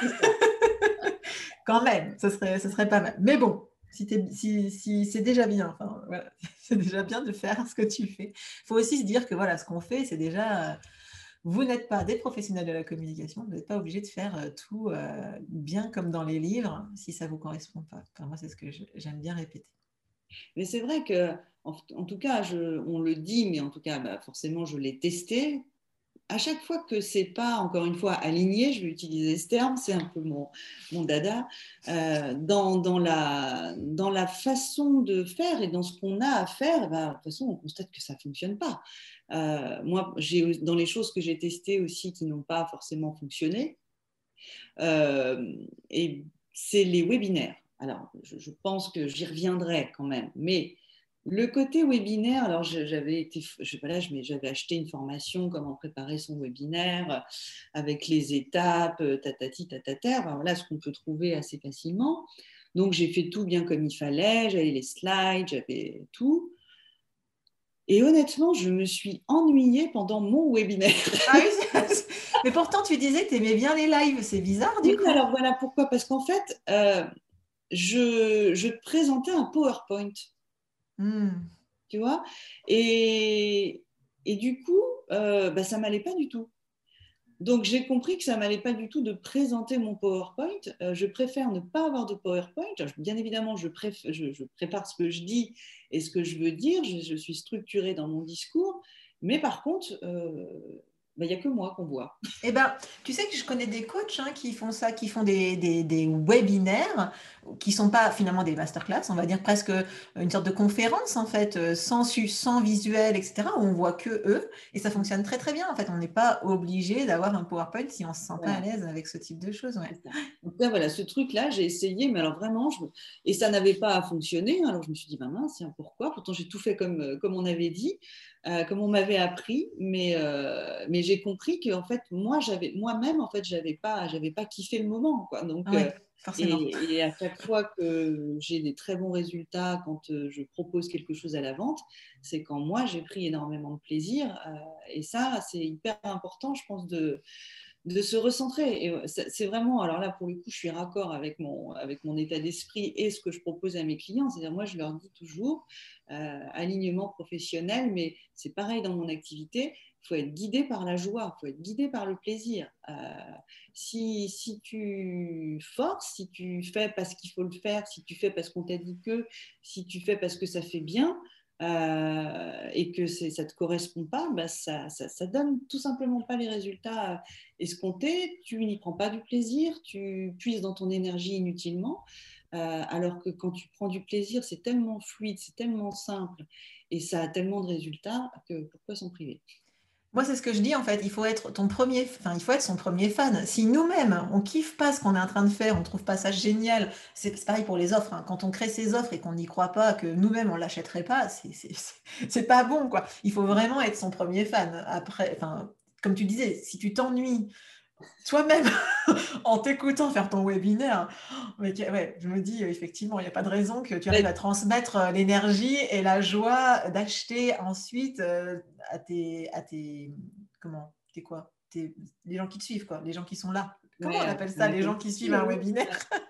Quand même, ce serait pas mal. Mais bon, si c'est déjà bien. Enfin, voilà, c'est déjà bien de faire ce que tu fais. Il faut aussi se dire que voilà, ce qu'on fait, c'est déjà. Vous n'êtes pas des professionnels de la communication, vous n'êtes pas obligé de faire tout bien comme dans les livres si ça ne vous correspond pas. Enfin, moi, c'est ce que j'aime bien répéter. mais c'est vrai que, en tout cas, on le dit, mais en tout cas, bah, forcément, je l'ai testé. À chaque fois que c'est pas, encore une fois, aligné, je vais utiliser ce terme, c'est un peu mon dada, dans la façon de faire et dans ce qu'on a à faire, bah, de toute façon, on constate que ça fonctionne pas. Moi, dans les choses que j'ai testées aussi qui n'ont pas forcément fonctionné, et c'est les webinaires. Alors, je pense que j'y reviendrai quand même, mais le côté webinaire, alors j'avais acheté une formation comment préparer son webinaire avec les étapes, tatati, tatater, voilà ce qu'on peut trouver assez facilement. Donc j'ai fait tout bien comme il fallait, j'avais les slides, j'avais tout. Et honnêtement, je me suis ennuyée pendant mon webinaire. Ah oui, mais pourtant tu disais que tu aimais bien les lives, c'est bizarre du Oui, coup. alors voilà pourquoi. Parce qu'en fait, je présentais un PowerPoint, Hmm. tu vois, et, et du coup, bah, ça m'allait pas du tout. Donc j'ai compris que ça m'allait pas du tout de présenter mon PowerPoint. Je préfère ne pas avoir de PowerPoint. Alors, bien évidemment, je prépare ce que je dis et ce que je veux dire. Je suis structurée dans mon discours, mais par contre, bah, y a que moi qu'on voit. Eh ben, tu sais que je connais des coachs qui font ça, qui font des webinaires, qui sont pas finalement des masterclass, on va dire presque une sorte de conférence en fait, sans visuel, etc., où on voit que eux, et ça fonctionne très très bien. En fait, on n'est pas obligé d'avoir un PowerPoint si on se sent pas à Voilà. l'aise avec ce type de choses. Ouais. C'est ça. Donc là, voilà, ce truc-là, j'ai essayé, mais alors vraiment, et ça n'avait pas fonctionné. Alors je me suis dit, ben mince, tiens, pourquoi? Pourtant, j'ai tout fait comme on avait dit, comme on m'avait appris, mais j'ai compris que en fait, moi-même, en fait, j'avais pas kiffé le moment, quoi. Donc, Ouais, forcément. et à chaque fois que j'ai des très bons résultats quand je propose quelque chose à la vente, c'est quand moi j'ai pris énormément de plaisir. Et ça, c'est hyper important, je pense, de se recentrer. Et c'est vraiment, alors là, pour le coup, je suis raccord avec mon état d'esprit et ce que je propose à mes clients. C'est-à-dire, moi, je leur dis toujours, alignement professionnel, mais c'est pareil dans mon activité, il faut être guidé par la joie, il faut être guidé par le plaisir. Si tu forces, si tu fais parce qu'il faut le faire, si tu fais parce qu'on t'a dit que, si tu fais parce que ça fait bien, et que ça ne te correspond pas, bah ça donne tout simplement pas les résultats escomptés, tu n'y prends pas du plaisir, tu puises dans ton énergie inutilement, alors que quand tu prends du plaisir, c'est tellement fluide, c'est tellement simple et ça a tellement de résultats que pourquoi s'en priver? Moi, c'est ce que je dis en fait. Il faut être son premier fan. Si nous-mêmes, on kiffe pas ce qu'on est en train de faire, on trouve pas ça génial, c'est pareil pour les offres, hein. Quand on crée ses offres et qu'on n'y croit pas, que nous-mêmes on l'achèterait pas, c'est pas bon quoi. Il faut vraiment être son premier fan. Après, enfin, comme tu disais, si tu t'ennuies toi-même en t'écoutant faire ton webinaire, mais ouais, je me dis effectivement, il n'y a pas de raison que tu arrives à transmettre l'énergie et la joie d'acheter ensuite comment, t'es quoi, les gens qui te suivent, quoi, les gens qui sont là. Comment on Ouais, appelle ça, les gens qui suivent un webinaire?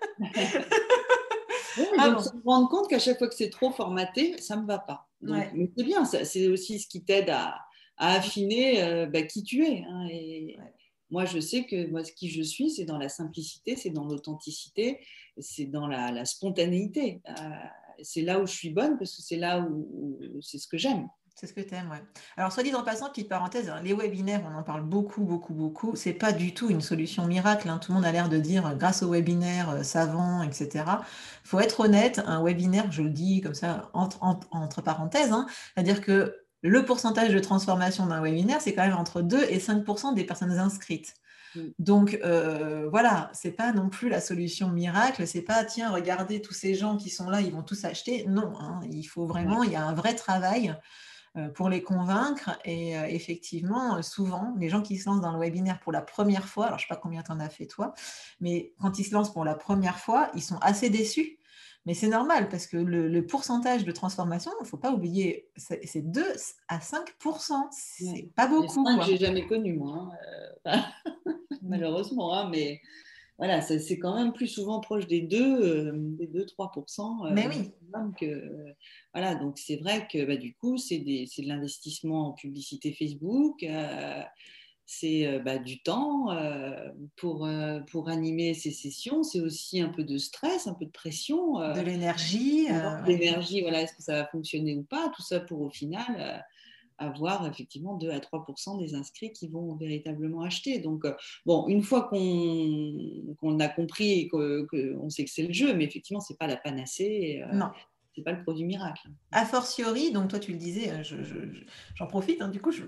oui, Ah donc bon, se rendre compte qu'à chaque fois que c'est trop formaté, ça ne me va pas. Donc, ouais, mais c'est bien, c'est aussi ce qui t'aide à affiner bah, qui tu es, hein. Et ouais. moi, je sais que moi, ce qui je suis, c'est dans la simplicité, c'est dans l'authenticité, c'est dans la spontanéité. C'est là où je suis bonne parce que c'est là où c'est ce que j'aime. C'est ce que tu aimes, ouais. Alors, soit dit en passant, petite parenthèse, hein, les webinaires, on en parle beaucoup, beaucoup, beaucoup. C'est pas du tout une solution miracle, hein. Tout le monde a l'air de dire, grâce au webinaire, savant, etc. Faut être honnête, un webinaire, je le dis comme ça, entre parenthèses, hein, c'est-à-dire que le pourcentage de transformation d'un webinaire, c'est quand même entre 2 et 5% des personnes inscrites. Mm. Donc voilà, c'est pas non plus la solution miracle, c'est pas tiens, regardez tous ces gens qui sont là, ils vont tous acheter. Non, hein, il faut vraiment, il y a un vrai travail pour les convaincre. Et effectivement, souvent, les gens qui se lancent dans le webinaire pour la première fois, alors je ne sais pas combien tu en as fait toi, mais quand ils se lancent pour la première fois, ils sont assez déçus. Mais c'est normal parce que le pourcentage de transformation, il ne faut pas oublier, c'est 2 à 5%. Ouais. C'est pas Les beaucoup, 5, quoi. j'ai jamais connu, moi, hein. Malheureusement, hein, mais voilà, c'est quand même plus souvent proche des 2-3% Mais oui, maximum que, voilà, donc c'est vrai que bah, du coup, c'est de l'investissement en publicité Facebook, c'est bah, du temps pour animer ces sessions, c'est aussi un peu de stress, un peu de pression, de l'énergie. Ouais. d'énergie, voilà, est-ce que ça va fonctionner ou pas, tout ça pour au final avoir effectivement 2 à 3% des inscrits qui vont véritablement acheter. Donc, bon, une fois qu'on a compris et qu'on sait que c'est le jeu, mais effectivement, ce n'est pas la panacée, Non. ce n'est pas le produit miracle. A fortiori, donc toi tu le disais, j'en profite, hein, du coup,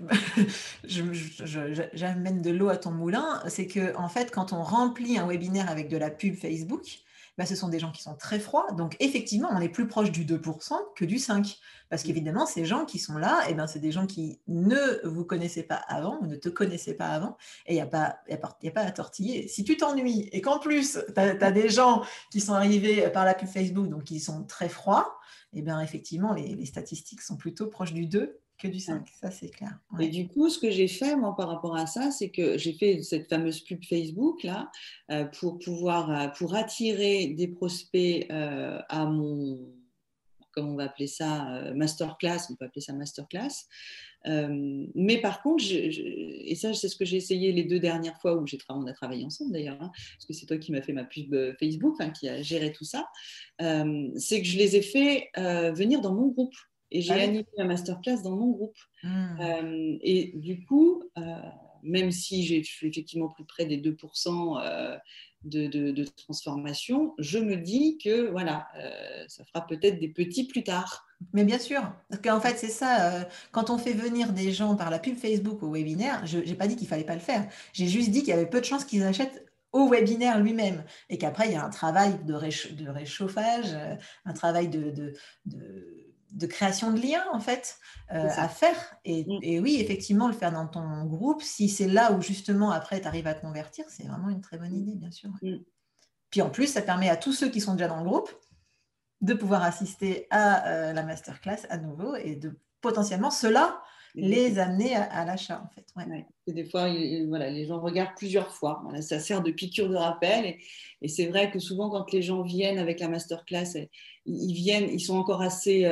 j'amène de l'eau à ton moulin, c'est que en fait, quand on remplit un webinaire avec de la pub Facebook, bah, ce sont des gens qui sont très froids, donc effectivement, on est plus proche du 2% que du 5%, parce qu'évidemment, ces gens qui sont là, eh ben, c'est des gens qui ne vous connaissaient pas avant, ou ne te connaissaient pas avant, et il n'y a pas, y a pas à tortiller. Si tu t'ennuies, et qu'en plus, tu as des gens qui sont arrivés par la pub Facebook, donc qui sont très froids, eh bien, effectivement, les statistiques sont plutôt proches du 2 que du 5. Ça, c'est clair. Et Ouais. du coup, ce que j'ai fait, moi, par rapport à ça, c'est que j'ai fait cette fameuse pub Facebook, là, pour attirer des prospects à mon, comment on va appeler ça, masterclass, on peut appeler ça masterclass. Mais par contre, et ça, c'est ce que j'ai essayé les 2 dernières fois où on a travaillé ensemble d'ailleurs, hein, parce que c'est toi qui m'as fait ma pub Facebook, hein, qui a géré tout ça, c'est que je les ai fait venir dans mon groupe. Et Ah j'ai oui. animé la masterclass dans mon groupe. Mmh. Et du coup, même si j'ai effectivement plus près des 2% de transformation, je me dis que voilà, ça fera peut-être des petits plus tard. Mais bien sûr, parce qu'en fait, c'est ça. Quand on fait venir des gens par la pub Facebook au webinaire, je n'ai pas dit qu'il fallait pas le faire. J'ai juste dit qu'il y avait peu de chances qu'ils achètent au webinaire lui-même. Et qu'après, il y a un travail de réchauffage, un travail de création de liens, en fait, C'est à ça. faire. Mm, Et oui, effectivement, le faire dans ton groupe, si c'est là où justement, après, tu arrives à convertir, c'est vraiment une très bonne mm, idée, bien sûr. mm. Puis en plus, ça permet à tous ceux qui sont déjà dans le groupe de pouvoir assister à la masterclass à nouveau et de potentiellement cela les Exactement. amener à l'achat, en fait. Ouais. Ouais. Et des fois, voilà, les gens regardent plusieurs fois. Voilà, ça sert de piqûre de rappel. Et c'est vrai que souvent, quand les gens viennent avec la masterclass, ils viennent, ils sont encore assez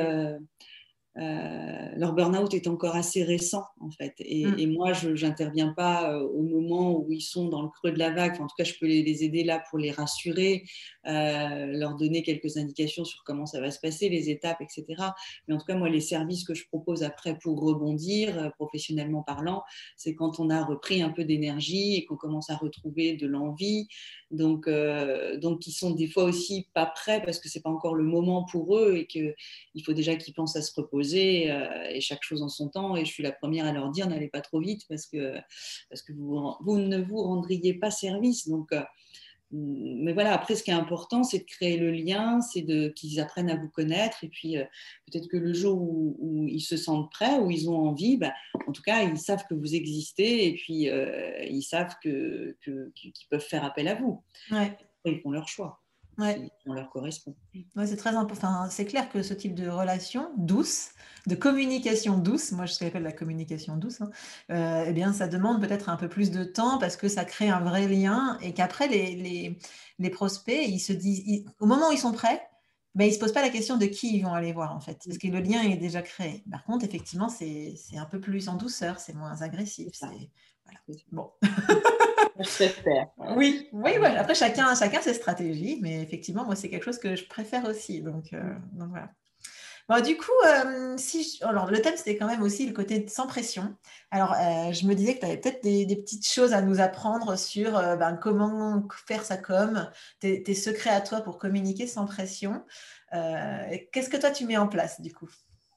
leur burn-out est encore assez récent en fait. Et Mm. moi, je n'interviens pas au moment où ils sont dans le creux de la vague. Enfin, en tout cas, je peux les aider là pour les rassurer, leur donner quelques indications sur comment ça va se passer, les étapes, etc. Mais en tout cas, moi, les services que je propose après pour rebondir, professionnellement parlant, c'est quand on a repris un peu d'énergie et qu'on commence à retrouver de l'envie. Donc, ils sont des fois aussi pas prêts parce que c'est pas encore le moment pour eux et qu'il faut déjà qu'ils pensent à se reposer et chaque chose en son temps. Et je suis la première à leur dire n'allez pas trop vite parce que vous ne vous rendriez pas service. Donc, mais voilà, après, ce qui est important, c'est de créer le lien, c'est qu'ils apprennent à vous connaître. Et puis, peut-être que le jour où ils se sentent prêts, où ils ont envie, bah, en tout cas, ils savent que vous existez et puis ils savent qu'ils peuvent faire appel à vous. Ouais. Ils font leur choix, Ouais. si on leur correspond. Ouais, c'est très important. Enfin, c'est clair que ce type de relation douce, de communication douce, moi je ce que j'appelle la communication douce, hein, eh bien, ça demande peut-être un peu plus de temps parce que ça crée un vrai lien et qu'après les prospects, ils se disent, au moment où ils sont prêts, ben, ils ne se posent pas la question de qui ils vont aller voir en fait, parce que le lien est déjà créé. Par contre, effectivement, c'est un peu plus en douceur, c'est moins agressif. C'est ça. Voilà. C'est ça. Bon. Je préfère. Oui, oui, ouais. Après, chacun ses stratégies, mais effectivement, moi, c'est quelque chose que je préfère aussi. Donc voilà. Bon, du coup, alors, le thème, c'était quand même aussi le côté sans pression. Alors, je me disais que tu avais peut-être des petites choses à nous apprendre sur comment faire sa com, tes secrets à toi pour communiquer sans pression. Qu'est-ce que toi, tu mets en place, du coup?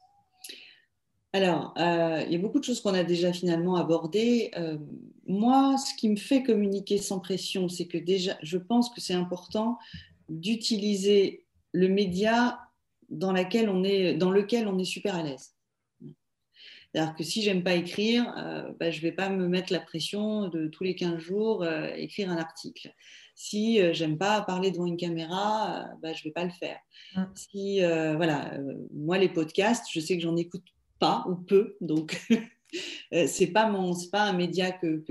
Alors, il y a beaucoup de choses qu'on a déjà finalement abordées. Moi, ce qui me fait communiquer sans pression, c'est que déjà, je pense que c'est important d'utiliser le média dans lequel on est super à l'aise. C'est-à-dire que si j'aime pas écrire, je vais pas me mettre la pression de tous les 15 jours écrire un article. Si j'aime pas parler devant une caméra, je vais pas le faire. Mm. Si moi les podcasts, je sais que j'en écoute pas ou peu, donc c'est pas un média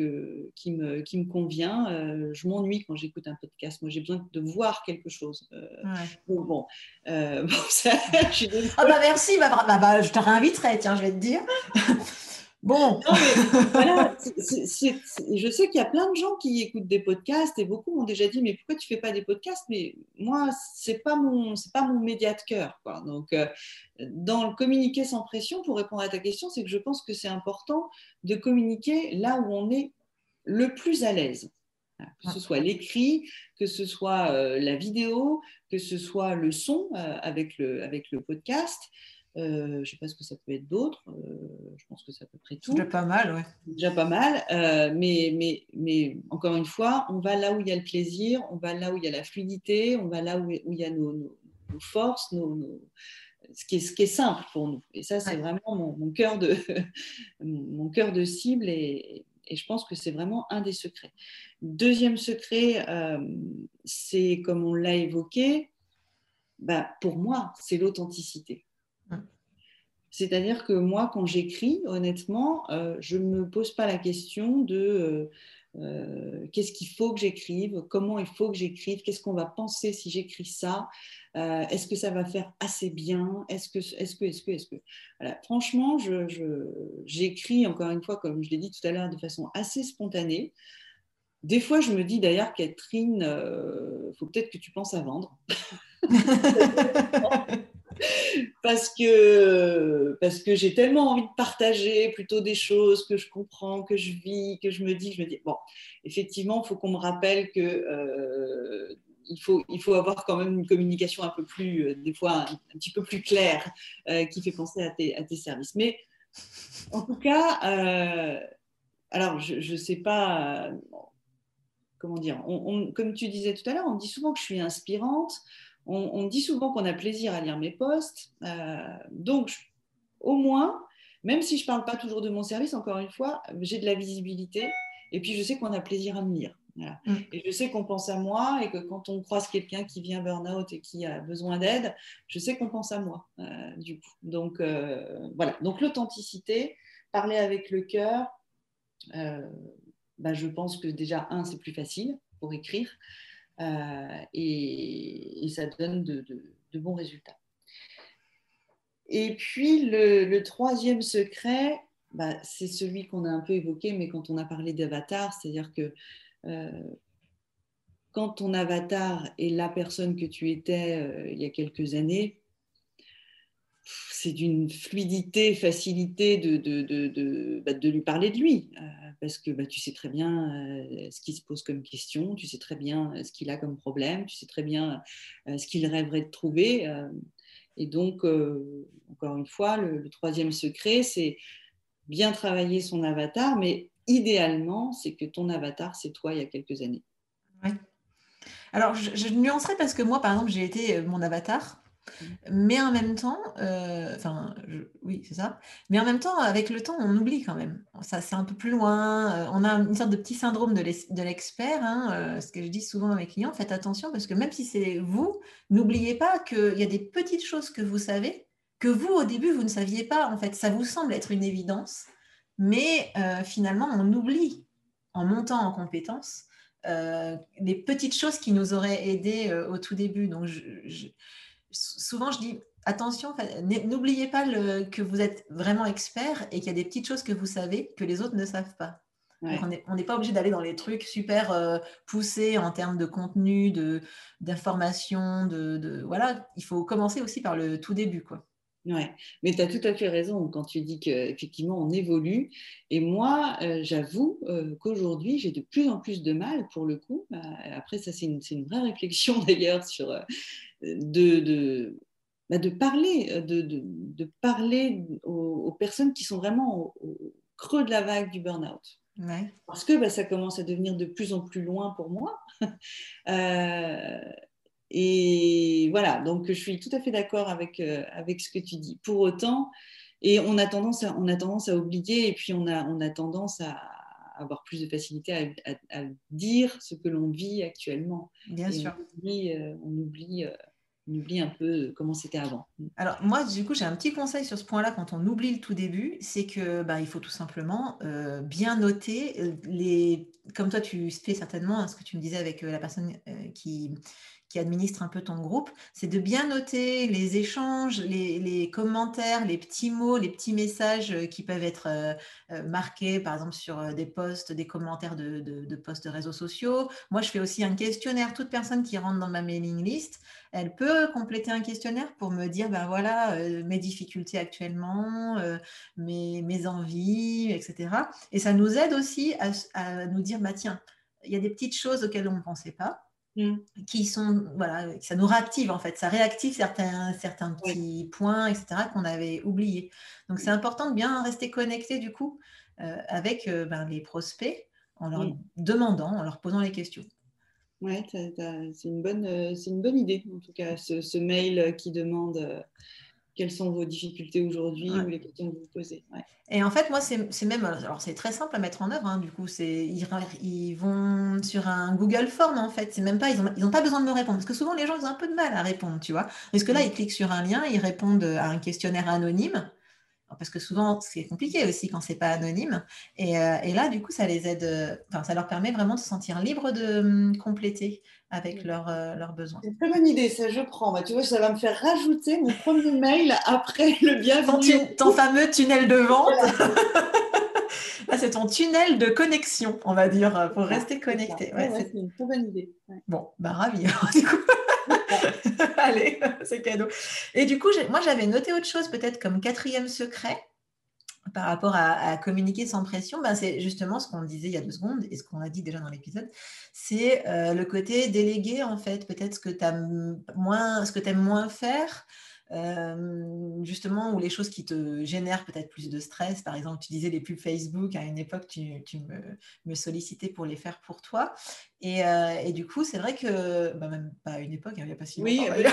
qui me convient. Je m'ennuie quand j'écoute un podcast. Moi, j'ai besoin de voir quelque chose. Ouais. Donc bon, bon ça, je suis désolée. Ah bah merci, je te réinviterai, tiens, je vais te dire. Bon. Non, mais voilà, je sais qu'il y a plein de gens qui écoutent des podcasts et beaucoup m'ont déjà dit, mais pourquoi tu fais pas des podcasts? Mais moi, c'est pas mon média de cœur, quoi. Donc, dans le communiquer sans pression, pour répondre à ta question, c'est que je pense que c'est important de communiquer là où on est le plus à l'aise. Voilà, que ce soit l'écrit, que ce soit la vidéo, que ce soit le son avec le podcast. Je ne sais pas ce que ça peut être d'autre. Je pense que c'est à peu près C'est déjà tout. pas mal, ouais. C'est déjà pas mal. Mais encore une fois, on va là où il y a le plaisir, on va là où il y a la fluidité, on va là où il y a nos forces, ce qui est simple pour nous. Et ça, c'est Ouais. vraiment mon cœur de, mon cœur de cible et je pense que c'est vraiment un des secrets. Deuxième secret, c'est comme on l'a évoqué, pour moi, c'est l'authenticité. Mm. C'est-à-dire que moi, quand j'écris, honnêtement, je ne me pose pas la question de qu'est-ce qu'il faut que j'écrive, comment il faut que j'écrive, qu'est-ce qu'on va penser si j'écris ça, est-ce que ça va faire assez bien, est-ce que. Voilà. Franchement, j'écris, encore une fois, comme je l'ai dit tout à l'heure, de façon assez spontanée. Des fois, je me dis d'ailleurs, Catherine, faut peut-être que tu penses à vendre. Parce que j'ai tellement envie de partager plutôt des choses que je comprends, que je vis, que je me dis, bon, effectivement, il faut qu'on me rappelle que il faut avoir quand même une communication un peu plus, des fois un petit peu plus claire, qui fait penser à tes services. Mais en tout cas, alors je ne sais pas, comment dire, comme tu disais tout à l'heure, on me dit souvent que je suis inspirante, on me dit souvent qu'on a plaisir à lire mes posts. Donc, au moins, même si je ne parle pas toujours de mon service, encore une fois, j'ai de la visibilité et puis je sais qu'on a plaisir à me lire. Voilà. Mm. Et je sais qu'on pense à moi et que quand on croise quelqu'un qui vient burn-out et qui a besoin d'aide, je sais qu'on pense à moi, du coup. Donc, voilà. Donc, l'authenticité, parler avec le cœur, euh, je pense que déjà, c'est plus facile pour écrire et ça donne de bons résultats. Et puis, le troisième secret, c'est celui qu'on a un peu évoqué, mais quand on a parlé d'avatar, c'est-à-dire que euh, quand ton avatar est la personne que tu étais il y a quelques années, c'est d'une fluidité, facilité de lui parler de lui, parce que tu sais très bien ce qu'il se pose comme question, tu sais très bien ce qu'il a comme problème, tu sais très bien ce qu'il rêverait de trouver. Et donc, encore une fois, le troisième secret, c'est bien travailler son avatar, mais idéalement, c'est que ton avatar, c'est toi il y a quelques années. Ouais. Alors, je nuancerai parce que moi, par exemple, j'ai été mon avatar. Mais en même temps, oui, c'est ça. Mais en même temps, avec le temps, on oublie quand même. Ça, c'est un peu plus loin. On a une sorte de petit syndrome de l'expert, hein, ce que je dis souvent à mes clients, faites attention parce que même si c'est vous, n'oubliez pas qu'il y a des petites choses que vous savez, que vous, au début, vous ne saviez pas. En fait, ça vous semble être une évidence, mais finalement, on oublie en montant en compétences les petites choses qui nous auraient aidés au tout début. Donc, souvent, je dis attention, n'oubliez pas que vous êtes vraiment expert et qu'il y a des petites choses que vous savez que les autres ne savent pas. Donc, Ouais. on n'est pas obligé d'aller dans les trucs super poussés en termes de contenu, d'information, voilà. Il faut commencer aussi par le tout début, quoi. Ouais, mais tu as tout à fait raison quand tu dis qu'effectivement on évolue. Et moi, j'avoue qu'aujourd'hui, j'ai de plus en plus de mal pour le coup. Après, ça, c'est une vraie réflexion d'ailleurs sur de, de, de parler, de parler aux personnes qui sont vraiment au creux de la vague du burn-out. Ouais. Parce que ça commence à devenir de plus en plus loin pour moi. Euh, et voilà, donc je suis tout à fait d'accord avec ce que tu dis. Pour autant, et on a tendance à oublier et puis on a tendance à avoir plus de facilité à dire ce que l'on vit actuellement. Bien Et sûr. on oublie un peu comment c'était avant. Alors moi, du coup, j'ai un petit conseil sur ce point-là quand on oublie le tout début, c'est que il faut tout simplement bien noter comme toi tu fais certainement, hein, ce que tu me disais avec la personne qui administre un peu ton groupe, c'est de bien noter les échanges, les commentaires, les petits mots, les petits messages qui peuvent être marqués, par exemple sur des posts, des commentaires de posts de réseaux sociaux. Moi, je fais aussi un questionnaire. Toute personne qui rentre dans ma mailing list, elle peut compléter un questionnaire pour me dire, voilà, mes difficultés actuellement, mes envies, etc. Et ça nous aide aussi à nous dire, tiens, il y a des petites choses auxquelles on ne pensait pas, qui sont, voilà, ça nous réactive en fait, ça réactive certains Oui, petits points, etc., qu'on avait oubliés. Donc c'est important de bien rester connecté du coup avec les prospects en leur demandant, en leur posant les questions. ouais, c'est une bonne idée, en tout cas, ce mail qui demande quelles sont vos difficultés aujourd'hui Ouais. ou les questions que vous posez. Ouais. Et en fait, moi, c'est même, alors c'est très simple à mettre en œuvre, hein, du coup, ils vont sur un Google Form, en fait, c'est même pas, ils ont pas besoin de me répondre, parce que souvent, les gens, ils ont un peu de mal à répondre, tu vois. Parce que là, ils cliquent sur un lien, ils répondent à un questionnaire anonyme, parce que souvent, c'est compliqué aussi quand c'est pas anonyme. Et là, du coup, ça les aide, ça leur permet vraiment de se sentir libre de compléter avec leurs besoins. C'est une très bonne idée, ça je prends. Tu vois, ça va me faire rajouter mon premier mail après le Ton, bienvenu au ton groupe. fameux tunnel de vente. Voilà, Là, c'est ton tunnel de connexion, on va dire, pour c'est ça. rester C'est ça. connecté. Ouais, Ouais, ouais, c'est une très bonne idée. Ouais. bon, ravi. Du coup, allez, c'est cadeau. Et du coup, moi, j'avais noté autre chose, peut-être comme quatrième secret par rapport à communiquer sans pression. C'est justement ce qu'on disait il y a 2 secondes et ce qu'on a dit déjà dans l'épisode. C'est le côté délégué, en fait, peut-être ce que tu aimes moins faire. Justement, ou les choses qui te génèrent peut-être plus de stress. Par exemple, tu disais les pubs Facebook, à une époque, tu me sollicitais pour les faire pour toi. Et du coup, c'est vrai que, même pas à une époque, hein, il n'y a pas si longtemps Oui, d'ailleurs.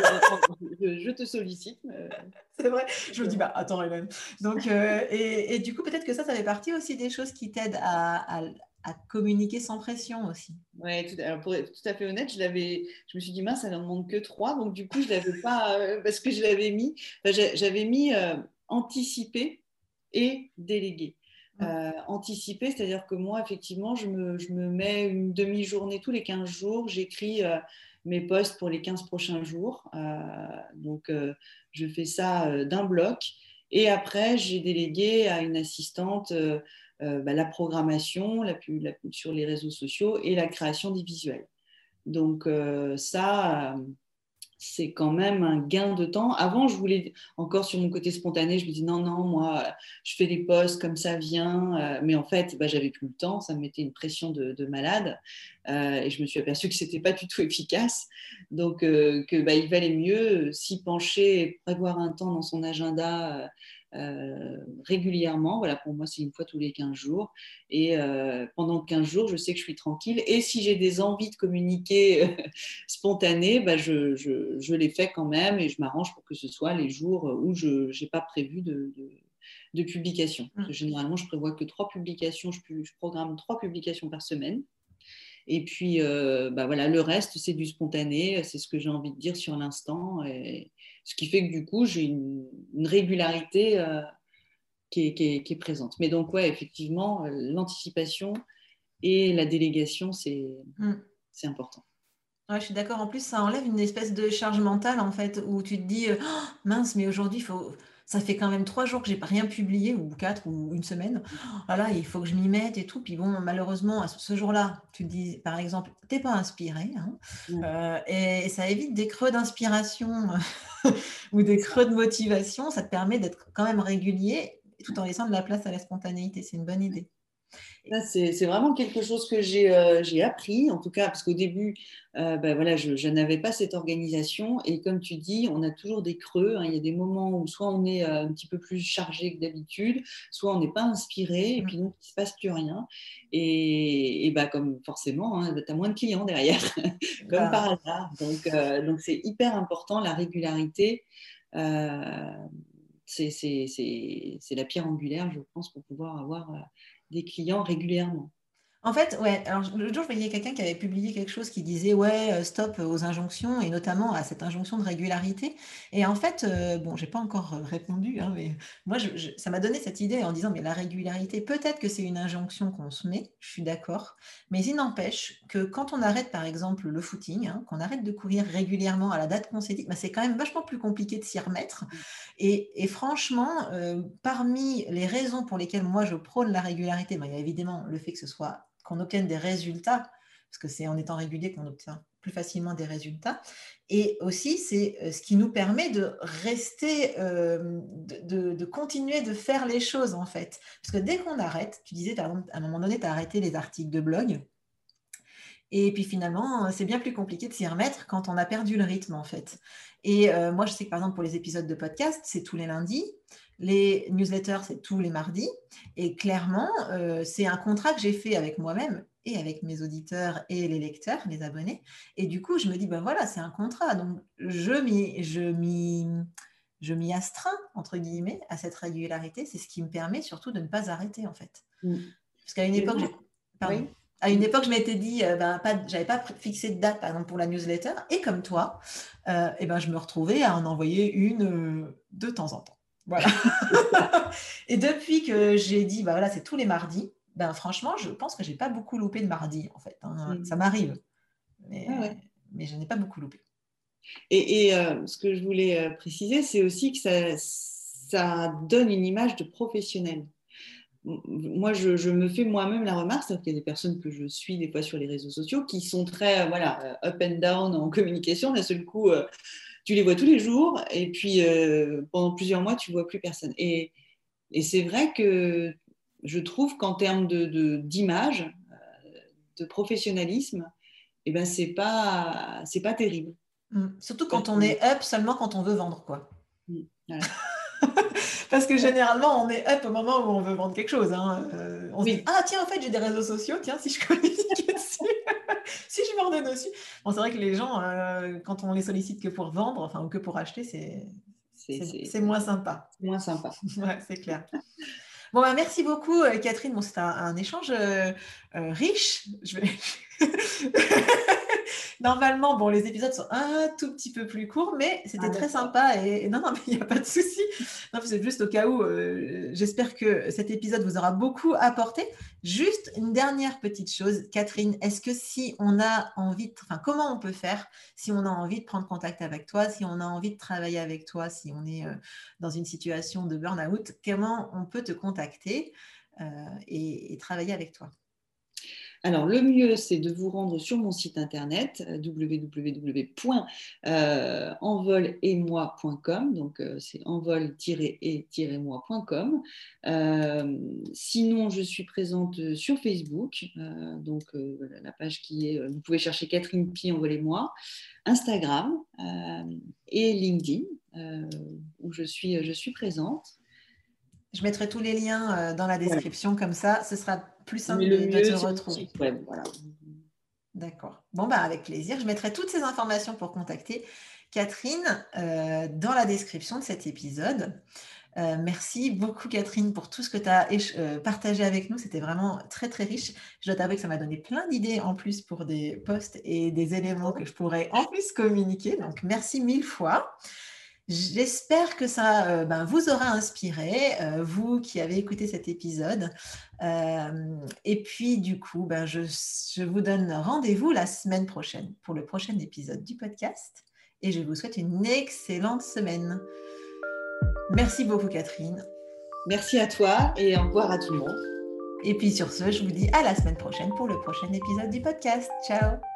je te sollicite. C'est vrai. Je me dis, attends, Hélène. Donc, et du coup, peut-être que ça fait partie aussi des choses qui t'aident à communiquer sans pression aussi. Ouais, alors pour être tout à fait honnête, je me suis dit, mince, ça n'en demande que 3, donc du coup, je ne l'avais pas, parce que je l'avais mis, j'avais mis anticiper et déléguer. Anticiper, c'est-à-dire que moi, effectivement, je me mets une demi-journée tous les 15 jours, j'écris mes posts pour les 15 prochains jours, donc je fais ça d'un bloc, et après, j'ai délégué à une assistante la programmation, la pub sur les réseaux sociaux et la création des visuels. Donc ça, c'est quand même un gain de temps. Avant, je voulais encore sur mon côté spontané, je me dis non, non, moi, je fais des posts comme ça vient. Mais en fait, j'avais plus le temps, ça me mettait une pression de malade. Et je me suis aperçue que c'était pas du tout efficace. Donc, il valait mieux s'y pencher et prévoir un temps dans son agenda régulièrement. Voilà, pour moi, c'est une fois tous les 15 jours. Et pendant 15 jours, je sais que je suis tranquille. Et si j'ai des envies de communiquer spontanées, je les fais quand même et je m'arrange pour que ce soit les jours où je n'ai pas prévu de publication. Parce que généralement, je prévois que 3 publications, je programme 3 publications par semaine. Et puis, voilà, le reste, c'est du spontané, c'est ce que j'ai envie de dire sur l'instant. Et ce qui fait que du coup, j'ai une régularité qui est présente. Mais donc, ouais, effectivement, l'anticipation et la délégation, c'est important. Ouais, je suis d'accord. En plus, ça enlève une espèce de charge mentale, en fait, où tu te dis, «Oh, mince, mais aujourd'hui, ça fait quand même 3 jours que j'ai pas rien publié ou 4 ou une semaine. Ah là, il faut que je m'y mette et tout». Puis bon, malheureusement, à ce jour-là, tu te dis, par exemple, t'es pas inspiré, hein, Ouais, et ça évite des creux d'inspiration ou des c'est ça. creux de motivation. Ça te permet d'être quand même régulier, tout en laissant de la place à la spontanéité. C'est une bonne idée. Ça, c'est vraiment quelque chose que j'ai appris, en tout cas, parce qu'au début, ben voilà, je n'avais pas cette organisation. Et comme tu dis, on a toujours des creux, hein. Il y a des moments où soit on est un petit peu plus chargé que d'habitude, soit on n'est pas inspiré, et Mmh. puis donc il ne se passe plus rien. Et bah, comme forcément, hein, tu as moins de clients derrière, comme Bah, par hasard. Donc c'est hyper important, la régularité. Euh, c'est la pierre angulaire, je pense, pour pouvoir avoir des clients régulièrement. en fait, ouais, alors l'autre jour, je voyais quelqu'un qui avait publié quelque chose qui disait ouais, stop aux injonctions et notamment à cette injonction de régularité. Et en fait, bon, j'ai pas encore répondu, hein, mais moi, ça m'a donné cette idée en disant mais la régularité, peut-être que c'est une injonction qu'on se met, je suis d'accord, mais il n'empêche que quand on arrête par exemple le footing, hein, qu'on arrête de courir régulièrement à la date qu'on s'est dit, bah, c'est quand même vachement plus compliqué de s'y remettre. Et franchement, parmi les raisons pour lesquelles moi je prône la régularité, ben, il y a évidemment le fait que ce soit qu'on obtienne des résultats, parce que c'est en étant régulier qu'on obtient plus facilement des résultats. Et aussi, c'est ce qui nous permet de rester, de continuer de faire les choses, en fait. Parce que dès qu'on arrête, tu disais, par exemple, à un moment donné, tu as arrêté les articles de blog. Et puis finalement, c'est bien plus compliqué de s'y remettre quand on a perdu le rythme, en fait. Et moi, je sais que par exemple, pour les épisodes de podcast, c'est tous les lundis. Les newsletters, c'est tous les mardis. Et clairement, c'est un contrat que j'ai fait avec moi-même et avec mes auditeurs et les lecteurs, les abonnés. Et du coup, je me dis, ben voilà, c'est un contrat. Donc, je m'y astreins, entre guillemets, à cette régularité. C'est ce qui me permet surtout de ne pas arrêter, en fait. Mm. Parce qu'à une Mais époque, moi, pardon. oui. À une Mm. époque, je m'étais dit, j'avais pas fixé de date, par exemple, pour la newsletter. Et comme toi, et ben, je me retrouvais à en envoyer une de temps en temps. Voilà. Et depuis que j'ai dit, bah voilà, c'est tous les mardis, ben franchement, je pense que j'ai pas beaucoup loupé de mardi, en fait, hein. Ça Mm. m'arrive, Ah ouais. mais je n'ai pas beaucoup loupé. Ce que je voulais préciser, c'est aussi que ça donne une image de professionnel. Moi, je me fais moi-même la remarque, c'est-à-dire qu'il y a des personnes que je suis des fois sur les réseaux sociaux qui sont très voilà, up and down en communication. D'un seul coup, tu les vois tous les jours et puis pendant plusieurs mois, tu vois plus personne. Et c'est vrai que je trouve qu'en termes d'image, de professionnalisme, eh ben, c'est pas terrible. Surtout quand on est up seulement quand on veut vendre, quoi. Voilà. Parce que généralement, on est up au moment où on veut vendre quelque chose, hein. On se dit, Oui, ah tiens, en fait, j'ai des réseaux sociaux, tiens, si je communiquais dessus, si je m'ordonne dessus. Bon, c'est vrai que les gens, quand on les sollicite que pour vendre, enfin, ou que pour acheter, c'est c'est moins sympa. moins sympa. Ouais, c'est clair. Bon, bah, merci beaucoup, Catherine. Bon, c'était un échange riche. Normalement, bon, les épisodes sont un tout petit peu plus courts, mais Ah, c'était très d'accord. sympa. Et non, non, mais il n'y a pas de souci. Non, c'est juste au cas où, j'espère que cet épisode vous aura beaucoup apporté. Juste une dernière petite chose, Catherine, est-ce que si on a envie, enfin, comment on peut faire si on a envie de prendre contact avec toi, si on a envie de travailler avec toi, si on est dans une situation de burn-out, comment on peut te contacter et travailler avec toi? Alors, le mieux, c'est de vous rendre sur mon site internet www.envoletmoi.com. Donc, c'est envol-et-moi.com. Sinon, je suis présente sur Facebook. La page qui est, vous pouvez chercher Catherine Pi, Envolez-moi. Instagram et LinkedIn, où je suis présente. Je mettrai tous les liens dans la Voilà. description, comme ça, ce sera plus Mais simple le de te mieux, c'est mon retrouver. site web. Voilà. D'accord. Bon, bah, avec plaisir. Je mettrai toutes ces informations pour contacter Catherine dans la description de cet épisode. Merci beaucoup, Catherine, pour tout ce que tu as partagé avec nous. C'était vraiment très, très riche. Je dois t'avouer que ça m'a donné plein d'idées en plus pour des posts et des éléments que je pourrais en plus communiquer. Donc, merci mille fois. J'espère que ça vous aura inspiré, vous qui avez écouté cet épisode. Et puis, du coup, je vous donne rendez-vous la semaine prochaine pour le prochain épisode du podcast. Et je vous souhaite une excellente semaine. Merci beaucoup, Catherine. Merci à toi et au revoir à tout le monde. Et puis sur ce, je vous dis à la semaine prochaine pour le prochain épisode du podcast. Ciao!